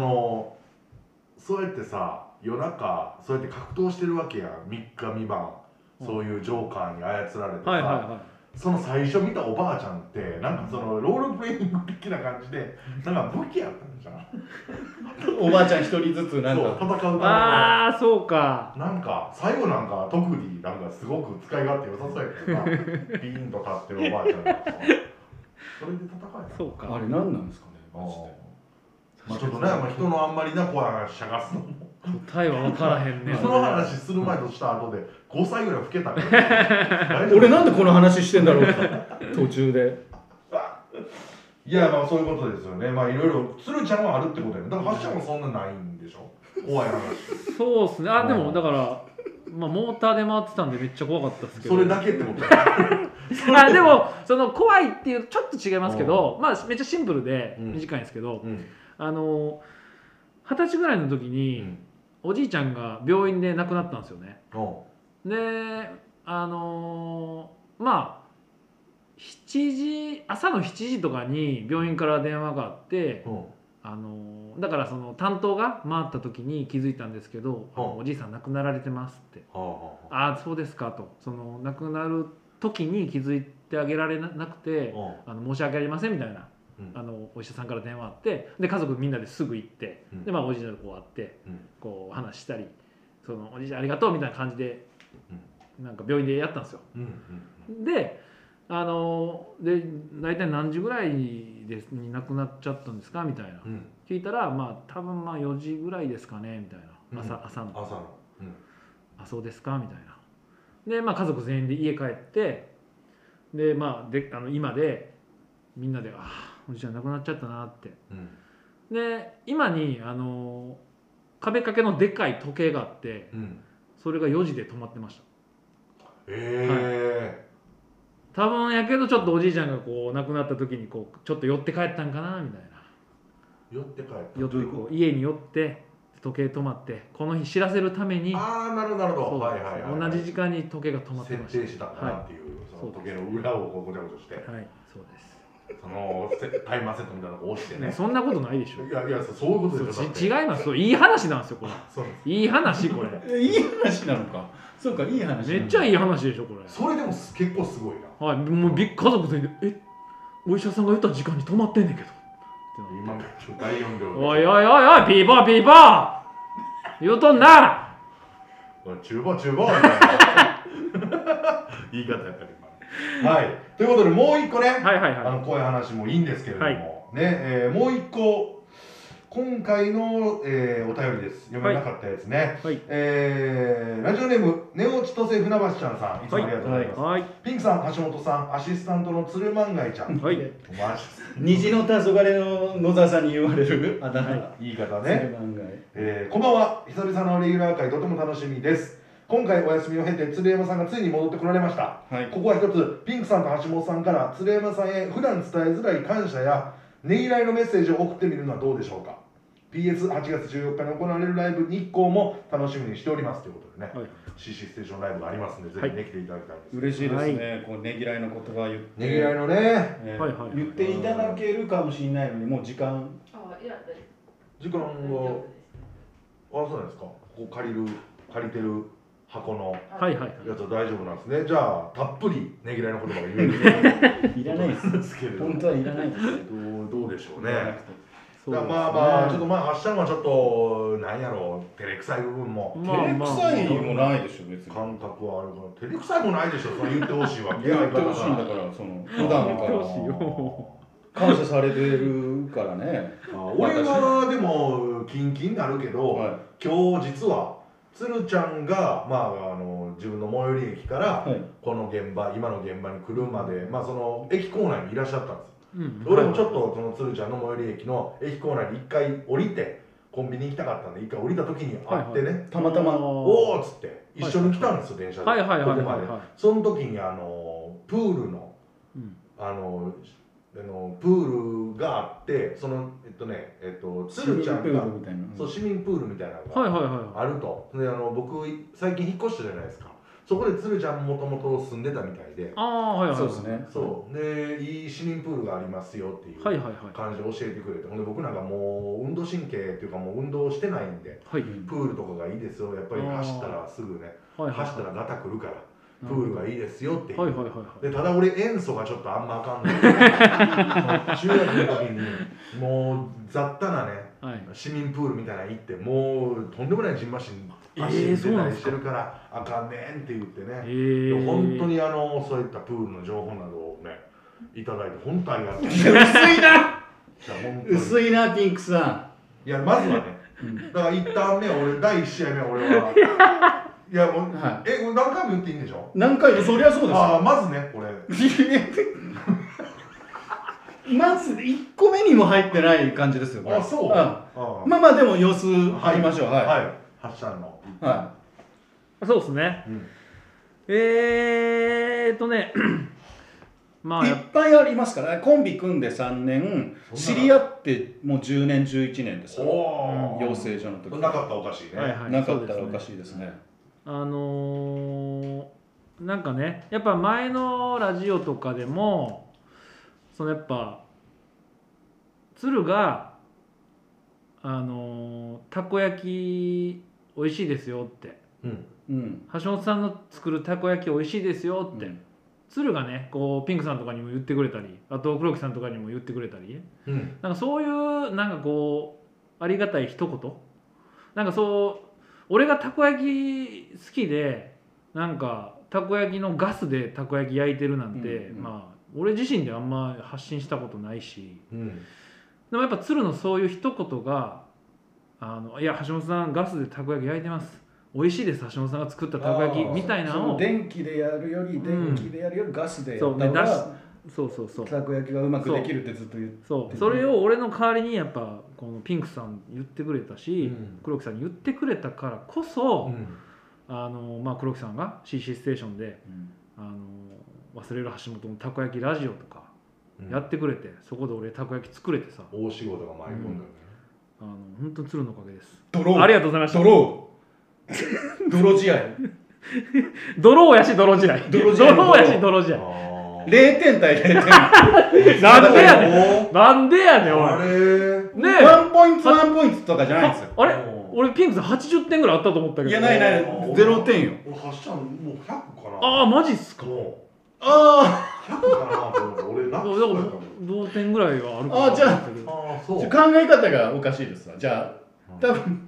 そうやってさ夜中そうやって格闘してるわけや3日3晩そういうジョーカーに操られてさ、その最初見たおばあちゃんってなんかそのロールプレイング的な感じでなんか武器やったんじゃん。 おばあちゃん一人ずつなんか戦うための。 そうか。 なんか最後なんか特になんかすごく使い勝手良さそうやけどな。ピーンと立ってるおばあちゃんとかそれで戦えた。 そうか。 あれ何なんですかねマジで。 まあちょっとね、まあ、人のあんまりな怖い話しゃがすのも答えは分からへんねんその話する前とした後で5歳ぐらい老けたから俺なんでこの話してんだろうか途中で。 いやまあそういうことですよね。まあいろいろ鶴ちゃんはあるってことやね。だからはっちゃんもそんなないんでしょ、怖い話。 そうっすね。あ、でもだから、まあ、モーターで回ってたんでめっちゃ怖かったですけど。 それだけってことやあ、でもその怖いっていうちょっと違いますけど、まあめっちゃシンプルで短いんですけど、20歳ぐらいの時に、おじいちゃんが病院で亡くなったんですよね。でまあ朝の7時とかに病院から電話があって、だからその担当が回った時に気づいたんですけど、おじいさん亡くなられてますって、ああそうですかと、その亡くなる時に気づいてあげられなくて、申し訳ありませんみたいな、お医者さんから電話あって、で家族みんなですぐ行って、でまあおじいちゃんとこう会って、こう話したり、そのおじいちゃんありがとうみたいな感じで、なんか病院でやったんですよ。で大体何時ぐらいに亡くなっちゃったんですかみたいな、聞いたら、まあ多分まあ4時ぐらいですかねみたいな、朝の、あそうですかみたいな。でまあ家族全員で家帰って、でまあ今でみんなでおじいちゃん亡くなっちゃったなって、で今に壁掛けのでっかい時計があって、それが4時で止まってました。多分やけどちょっとおじいちゃんがこう亡くなった時にこうちょっと寄って帰ったんかなみたいな。 寄って帰った。 寄ってこう家に寄って時計止まって、この日知らせるために。 ああなるほどなるほど。 同じ時間に時計が止まってました。 設定したかなっていう、その時計の裏をこうごちゃごちゃして。 はい、そうです。 そのタイマーセットみたいなのを押してね。 そんなことないでしょ。 いやそういうことですよ。 違います。そういい話なんですよこれ。いい話これ。 いい話なのか。そうかいい話。 めっちゃいい話でしょこれ。 それでも結構すごいな。 はい、もう家族全員でお医者さんが言った時間に止まってんねんけど。 今大音量で。 おいおいおいおいピーポーピーポー言うとんな。 厨房みたいな言い方やったり今。はい。ということでもう一個ね、こういう話もいいんですけれども、ね、もう一個今回の、お便りです。読めなかったやつね。ラジオネームネオ千歳船橋ちゃんさん、いつもありがとうございます。ピンクさん、橋本さん、アシスタントの鶴万がいちゃん。 虹の黄昏の野沢さんに言われるあだ名、 言い方ね。こんばんは。久々のレギュラー会とても楽しみです。今回お休みを経て鶴山さんがついに戻ってこられました。ここは一つピンクさんと橋本さんから鶴山さんへ普段伝えづらい感謝やねぎらいのメッセージを送ってみるのはどうでしょうか。 PS8 月14日に行われるライブ日光も楽しみにしておりますということでね、CC ステーションライブがありますので、ぜひね来ていただきたいです。 嬉しいですね、こうねぎらいの言葉を言って、 ねぎらいのね、 言っていただけるかもしれないのに、もう時間がそうなんですか。ここ借りてる箱のやつは大丈夫なんですね。じゃあたっぷりねぎらいの言葉が言えるいらないですけど、本当はいらないですけど、どうでしょうね。まあちょっと発射はちょっとなんやろう、照れくさい部分も照れくさいもないでしょ別に。 感覚はあるから照れくさいもないでしょ。それ言ってほしいわけ。 言ってほしいんだから、その普段から感謝されてるからね。 俺はでもキンキンになるけど、今日実は鶴ちゃんが自分の最寄り駅からこの現場、今の現場に来るまで、その駅構内にいらっしゃったんです。俺もちょっとその鶴ちゃんの最寄り駅の駅構内に一回降りてコンビニ行きたかったんで、一回降りた時に会ってね、 たまたまおーっつって一緒に来たんですよ、電車でここまで。その時にプールのプールがあって、その鶴ちゃんが市民プールみたいなのがあると。で僕最近引っ越したじゃないですか。そこで鶴ちゃんもともと住んでたみたいで、 そうですね。 そうで、いい市民プールがありますよっていう感じで教えてくれて、ほんで僕なんかもう運動神経っていうかもう運動してないんで、プールとかがいいですよ、やっぱり走ったらすぐね、走ったらガタくるからプールがいいですよっていう。でただ俺塩素がちょっとあんまあかんない中学の時にもう雑多なね、市民プールみたいなの行って、もうとんでもないジンマシン足出たりしてるからあかんねんって言ってね、本当にそういったプールの情報などをねいただいて本当ありがとう。 薄いなピンクさいやまずはね、だから1ターン目俺第1試合目俺はいやもう、 は何回も言っていいんでしょ。 何回もそりゃそうですよ。 ああまずねこれまず1個目にも入ってない感じですよこれ。 あそう、 まあまあでも様子見ましょう。はい、 はい、ハッシャンのはそうですね、まあいっぱいありますから、コンビ組んで3年知り合ってもう10年11年ですから。養成所の時なかったらおかしいね、 なかったらおかしいですね。 なんかねやっぱ前のラジオとかでもそのやっぱ鶴がたこ焼き美味しいですよって、橋本さんの作るたこ焼き美味しいですよって、鶴がねこうピンクさんとかにも言ってくれたり、あと黒木さんとかにも言ってくれたり、なんかそういうなんかこうありがたい一言、なんかそう俺がたこ焼き好きでなんかたこ焼きのガスでたこ焼き焼いてるなんて、まあ俺自身であんま発信したことないし、でもやっぱ鶴のそういう一言がいや橋本さんガスでたこ焼き焼いてます、美味しいです橋本さんが作ったたこ焼きみたいなのを電気でやるよりガスでやった方がそうたこ焼きがうまくできるってずっと言って、 それを俺の代わりにやっぱこのピンクさん言ってくれたし、黒木さん言ってくれたからこそ、まあ黒木さんが CC ステーションで、忘れる橋本のたこ焼きラジオとかやってくれて、そこで俺たこ焼き作れてさ、 大仕事が舞い込んだよね。 本当に鶴のおかげです。 ありがとうございました。 泥試合泥やし泥試合泥やし泥試合 0点対0点なんでやねんなんでやねんおいねえワンポイントとかじゃないんですよ。 あれ俺ピンクさん80点ぐらいあったと思ったけど。 いやない0点よ。 俺ハッシャンもう100かな。 ああマジっすか。 ああ100かなと思って俺な同点ぐらいはあるかな。 あじゃあ考え方がおかしいですわ。じゃあ多分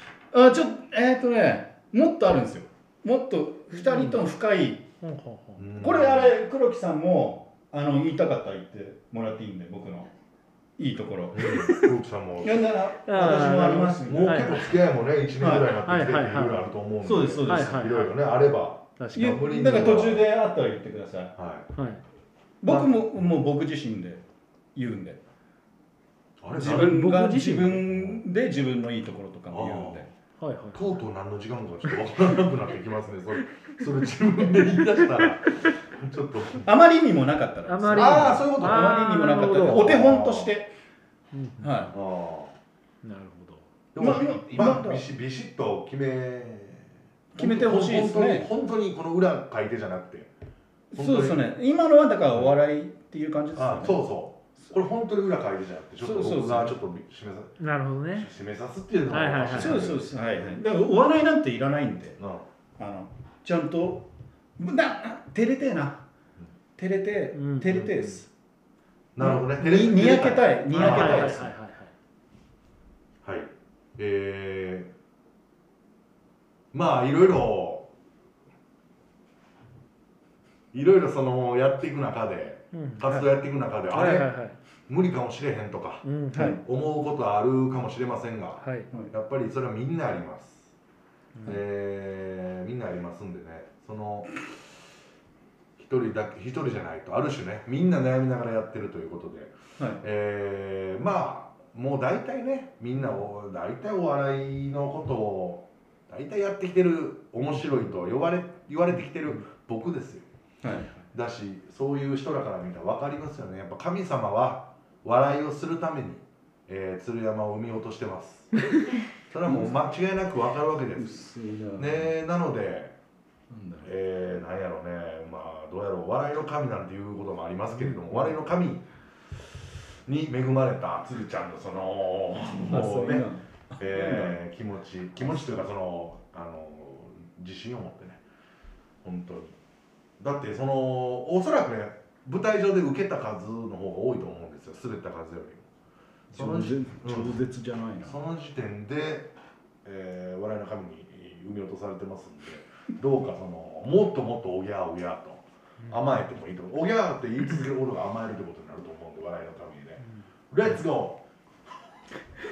もっとあるんですよ。もっと2人とも深い、これあれ黒木さんも言いたかったら言ってもらっていいんで、僕のいいところ。 黒木さんもいやなら私もありますもう結構付き合いもね1年ぐらいになってきていろいろあると思うんで、 そうですそうです、 いろいろねあればだから途中であったら言ってください。僕ももう僕自身で言うんで、自分で自分のいいところとかも言うんで、 とうとう何の時間かちょっと分からなくなってきますね。それ自分で言い出したらちょっとあまりにもなかったら、 そういうこと、 あまりにもなかったらお手本として、 なるほど。 でもビシッと決めてほしいですね。本当にこの裏書いてじゃなくて、 そうですね。今のはだからお笑いっていう感じですよね。 そうこれ本当に裏書いてじゃなくて、ちょっと僕がちょっとなるほどね。 締めさすっていうのはそうですはい。だからお笑いなんていらないんで、ちゃんと照れてえな、照れてです。 なるほどね。 にやけたいです。 はい。まあいろいろそのやっていく中で、活動やっていく中で、あれ無理かもしれへんとか思うことはあるかもしれませんが、やっぱりそれはみんなあります。みんなありますんでね、その一人じゃないと、ある種ねみんな悩みながらやってるということで、まあもう大体ねみんな大体お笑いのことを大体やってきてる、面白いと言われてきてる僕ですよ。だしそういう人らから見たら分かりますよね。やっぱ神様は笑いをするために、鶴山を生み落としてます。それはもう間違いなく分かるわけです。なのでなんやろうね、まあどうやろう、笑いの神なんていうこともありますけれども、笑いの神に恵まれた鶴ちゃんのそのもうね、気持ちというかその自信を持ってね、本当に。だってそのおそらくね舞台上で受けた数の方が多いと思うんですよ、滑った数よりも。 超絶じゃないな。 その時点で、笑いの神に生み落とされてますんで、どうかそのもっともっとおぎゃーおぎゃーと甘えてもいいと思う。おぎゃーって言い続けることが甘えるってことになると思うんで、笑いの神にね、レッツゴー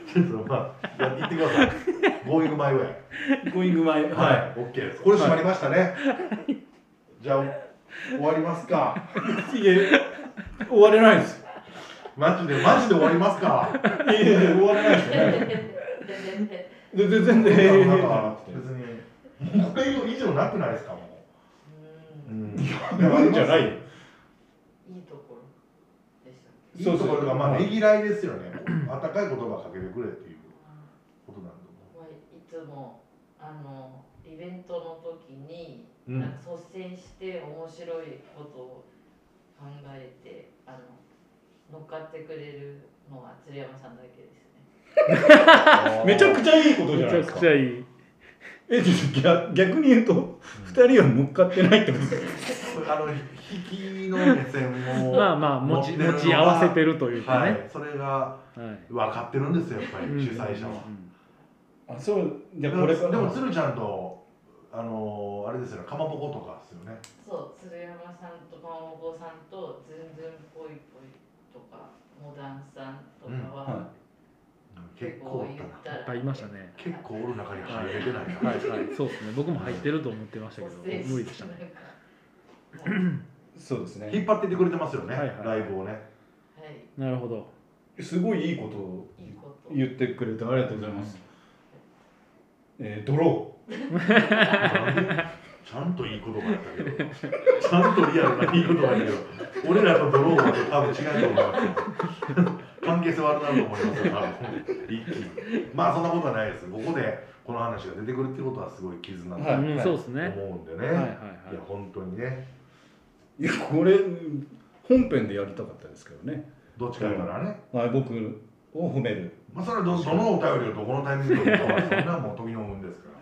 ちょっとまあ言ってください。ゴーイングマイウェイ。 ゴーイングマイ、 はい、オッケーです。これ閉まりましたね。じゃあ終わりますか。 いえ、終われないです。 マジで終わりますか。 いえ、終われないですね。全然別にもうこれ以上なくないですかもう。 いいんじゃない。 いいところでした。 いいところがまあねぎらいですよね。温かい言葉かけてくれっていうことなんだと思う。 いつもイベントの時になんか率先して面白いことを考えて乗っかってくれるのは鶴山さんだけですね。 めちゃくちゃいいことじゃないですか。 めちゃくちゃいい。 逆に言うと2人は乗っかってないってことです引きの目線をまあまあ持ち合わせてるというかね、はい、 それが分かってるんですよやっぱり主催者は。 あ、そうじゃあこれでも鶴ちゃんとあれですよね、かまぼことかですよね。 そう、鶴山さんとかまぼこさんとズンズンぽいぽいとかモダンさんとかは、 結構いっぱいいましたね。 結構おる中に入れてないはいはい、そうですね。僕も入ってると思ってましたけど無理でしたね。 そうですね。 引っ張っててくれてますよね、ライブをね。 はい。 なるほど。 すごいいいことを言ってくれてありがとうございます。ドロー。 ちゃんといい言葉やったけど、ちゃんとリアルないい言葉やけど、俺らとドローは多分違うと思いますよ。関係性悪くなると思いますよ、多分。一気に。まあそんなことはないです。ここでこの話が出てくるっていうことはすごい絆だと思うんでね。いや本当にね。 いやこれ本編でやりたかったですけどね。 どっちかからね。 僕を褒める。 まあそれはどのお便りをどこのタイミングでもそんなもう時の運ですから。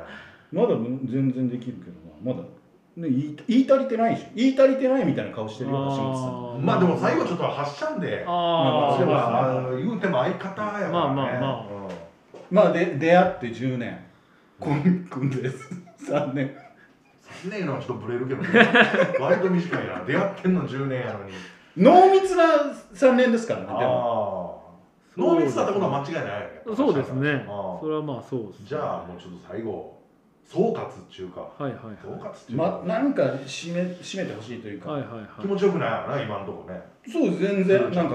まだ全然できるけどまだね言い足りてないし言い足りてないみたいな顔してるようなします。 まあでも最後ちょっと発しちゃうんで。言うても相方やからね。 まあ出会って10年。くんです。3年。 3年のはちょっとブレるけどね。割と短いな。出会ってんの10年やのに。 濃密な3年ですからね。 濃密だったことは間違いないよね。 そうですね。それはまあそうです。 じゃあもうちょっと最後総括っていうか。総括っていうか。 なんか締めてほしいというか。 気持ちよくないよな今のところね。 そう全然なんか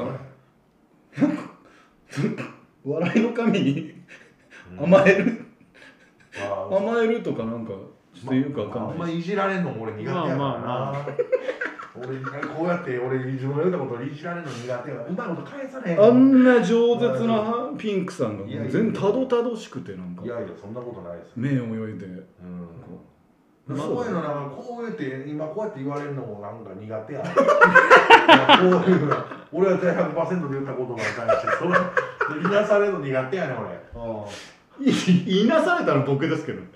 笑いの神に甘えるとかなんかちょっとよくわかんない。 あんまいじられんのも俺苦手やからな。俺こうやって俺自分が言ったことをいじられるの苦手やからうまいこと返さねえ。 あんな饒舌なピンクさんが全然たどたどしくてなんか。 いやいやそんなことないです。 目を泳いで。 そういうのなんかこうやって今こうやって言われるのもなんか苦手や。こういうの俺は 100% で言ったことに対してそれ言いなされるの苦手やね俺。 言いなされたの僕ですけど。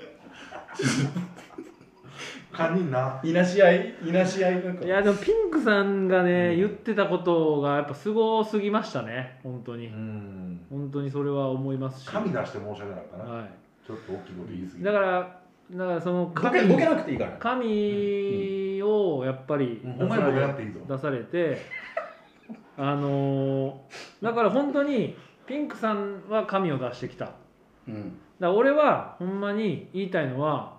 堪忍な。 いなし合いなんか。 いやでもピンクさんがね、言ってたことがやっぱすごすぎましたね本当に。本当にそれは思いますし。 神出して申し訳なかったな。はい。ちょっと大きいこと言い過ぎ。 だからそのボケなくていいから。 神をやっぱり出されて、だから本当にピンクさんは神を出してきた。だから俺はほんまに言いたいのは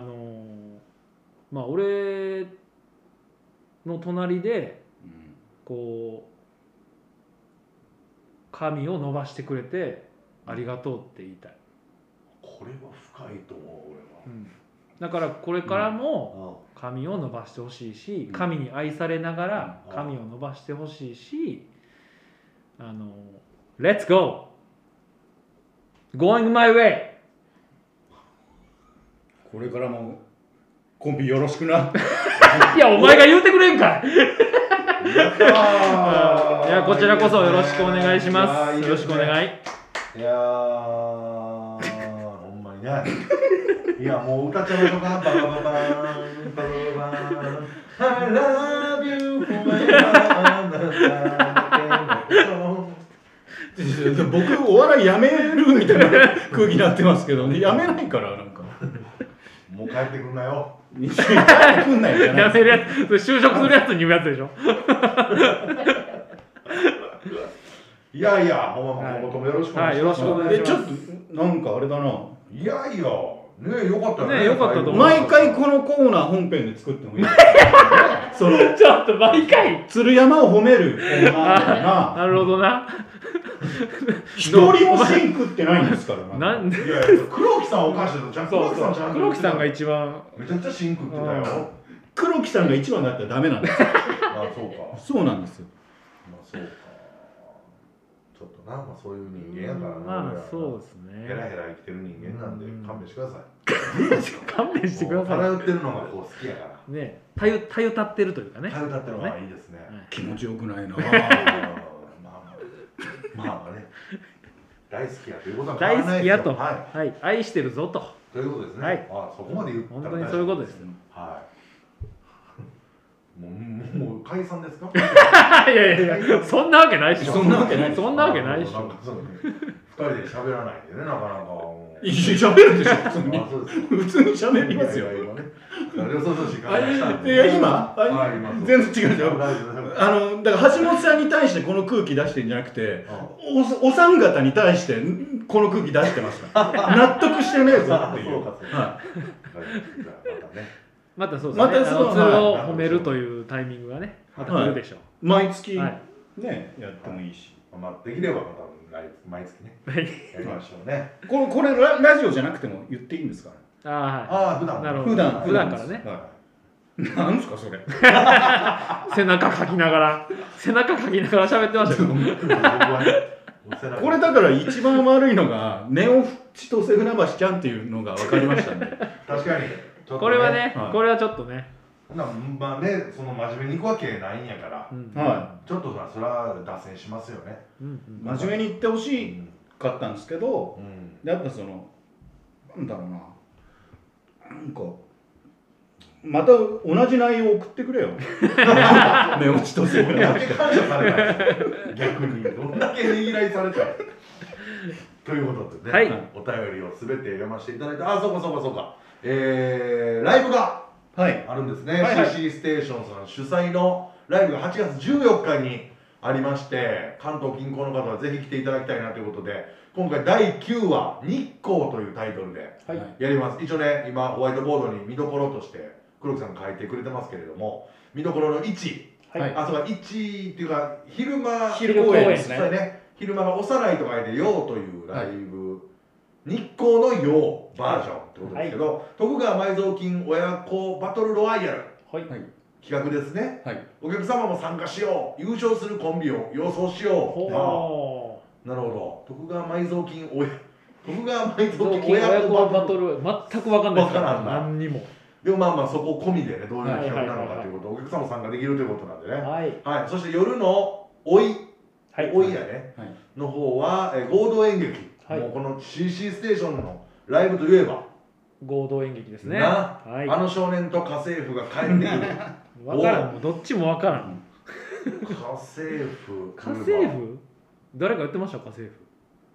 まあ俺の隣でこう髪を伸ばしてくれてありがとうって言いたい。 これは深いと思う俺は。 だからこれからも髪を伸ばしてほしいし、神に愛されながら髪を伸ばしてほしいし、Let's go! Going my way! これからもコンビよろしくな。 いやお前が言うてくれんかい。いやこちらこそよろしくお願いします。よろしくお願い。 いやほんまにね。いやもう歌っちゃうのかな。ババババーンバババーン I love you forever 僕お笑いやめるみたいな空気になってますけどね。やめないからなんか。 もう帰ってくんなよ。 帰ってくんないじゃない。 やめるやつ、就職するやつに言うやつでしょ。 いいやいや、ほんま今後ともよろしくお願いします。 はい、よろしくお願いします。 ちょっとなんかあれだな。 いやいや、ねよかったよね。 ねよかったと思う。 毎回このコーナー本編で作ってもいい。そのちょっと毎回鶴山を褒めるコーナーみたいな。 なるほどな。 一人も芯食ってないんですからな。 なんでいやいや、黒木さんおかしいと、じゃあ黒木さんちゃんと黒木さんが一番めちゃくちゃシンクってたよ。 黒木さんが一番だったらダメなんですよ。 あ、そうか。 そうなんですよ。 まあそうか。ちょっとな、まあそういう人間やからな。 まあそうですね。 ヘラヘラ生きてる人間なんで勘弁してください。 勘弁してください。 漂ってるのがこう好きやから。 ね、たゆたってるというかね。 漂ってるのはいいですね。 気持ちよくないな。 まあね。大好きやということは大好きやと、 はいはい、愛してるぞと。 ということですね。 はい。 あ、そこまで言ったら本当にそういうことです。 はい。もう解散ですか？ いやいやいや、そんなわけないでしょ。 そんなわけない。 そんなわけないでしょ。 二人で喋らないでね、なかなか。 一緒に喋るでしょ。普通に。 あ、そうです。 普通に喋りますよ。いや今全然違うじゃん。だから橋本さんに対してこの空気出してんじゃなくて、お三方に対してこの空気出してますから。納得してねえぞっていう。 またそうですね。また鶴を褒めるというタイミングがね、また来るでしょう。 毎月ねやってもいいし。 まあできればまた毎月ねやりましょうね。 これラジオじゃなくても言っていいんですか？ ああ、普段からね。 なんですかそれ。 背中かきながら喋ってましたけど。 これだから一番悪いのがネオ千歳船橋ちゃんっていうのが分かりましたね。 確かに。 これはね、これはちょっとね。 まあね、その真面目に行くわけないんやから、ちょっとまあそれは脱線しますよね。 真面目に言ってほしかったんですけど、やっぱそのなんだろうな、なんかまた同じ内容を送ってくれよ。寝落ちとせぐらい。 どんだけ感謝されたい。逆にどんだけねぎらいされたい。ということでね、お便りをすべて読ませていただいて、あ、そうか。ライブがあるんですね。CC ステーションさん主催のライブが8月14日にありまして、関東近郊の方はぜひ来ていただきたいなということで、今回第9話日光というタイトルでやります。一応ね、今ホワイトボードに見どころとして黒木さんが書いてくれてますけれども、見どころの1、あ、そうか、1っていうか昼公演ですね。昼間がおさらいと書いて陽というライブ、日光の陽バージョンってことですけど、徳川埋蔵金親子バトルロワイヤル企画ですね。お客様も参加しよう、優勝するコンビを予想しよう。なるほど。徳川埋蔵金親子バトル全く分かんないですから、何にも。 でもまあそこ込みでね、どういう企画なのかということ、お客様も参加できるということなんでね。そして夜のおいやねの方は合同演劇。もうこの CC ステーションのライブといえば合同演劇ですね。 あの少年と家政婦が帰ってくる。 分からん、どっちも分からん。 家政婦誰か言ってました家政婦。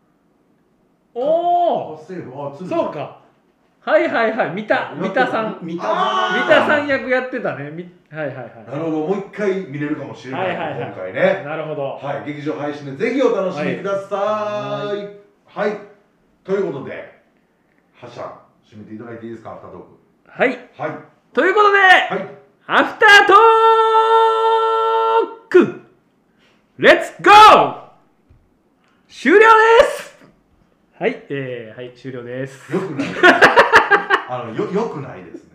おお、そうか。はい三田さん役やってたね。なるほど、もう一回見れるかもしれない今回ね。 なるほど。 劇場配信でぜひお楽しみください。はい、ということではっしゃん締めていただいていいですか、アフタートーク。はい。 ということで、アフタートークレッツゴー終了です。はい、終了です。 よくないですよくないです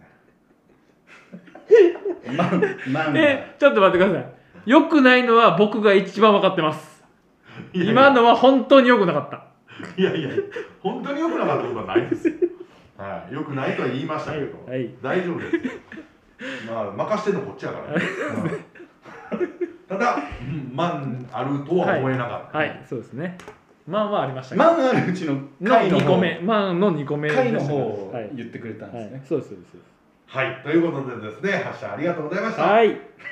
ね。ちょっと待ってください。よくないのは僕が一番分かってます。今のは本当によくなかった。 いや本当によくなかったことはないですよ。よくないとは言いましたけど、大丈夫です。まあ任してんのこっちやからね。ただ満あるとは思えなかった。 そうですね。満はありましたけど、満あるうちの回の 2個目、満の2個目回の方を言ってくれたんですね。 そうです。 はい、ということでですね、はっしゃありがとうございました。 来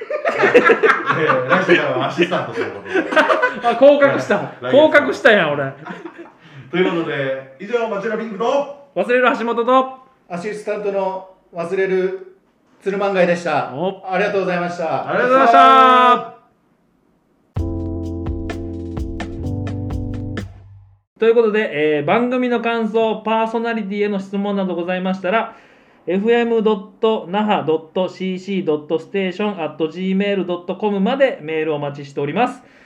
週からはアシスタントということで。 降格したやん俺。 ということで、以上、町田ピンクと忘れる橋本とアシスタントの忘れる鶴漫画でした。ありがとうございました。 ありがとうございました。 ということで、番組の感想、パーソナリティへの質問などございましたら、fm.naha.cc.station@gmail.com までメールをお待ちしております。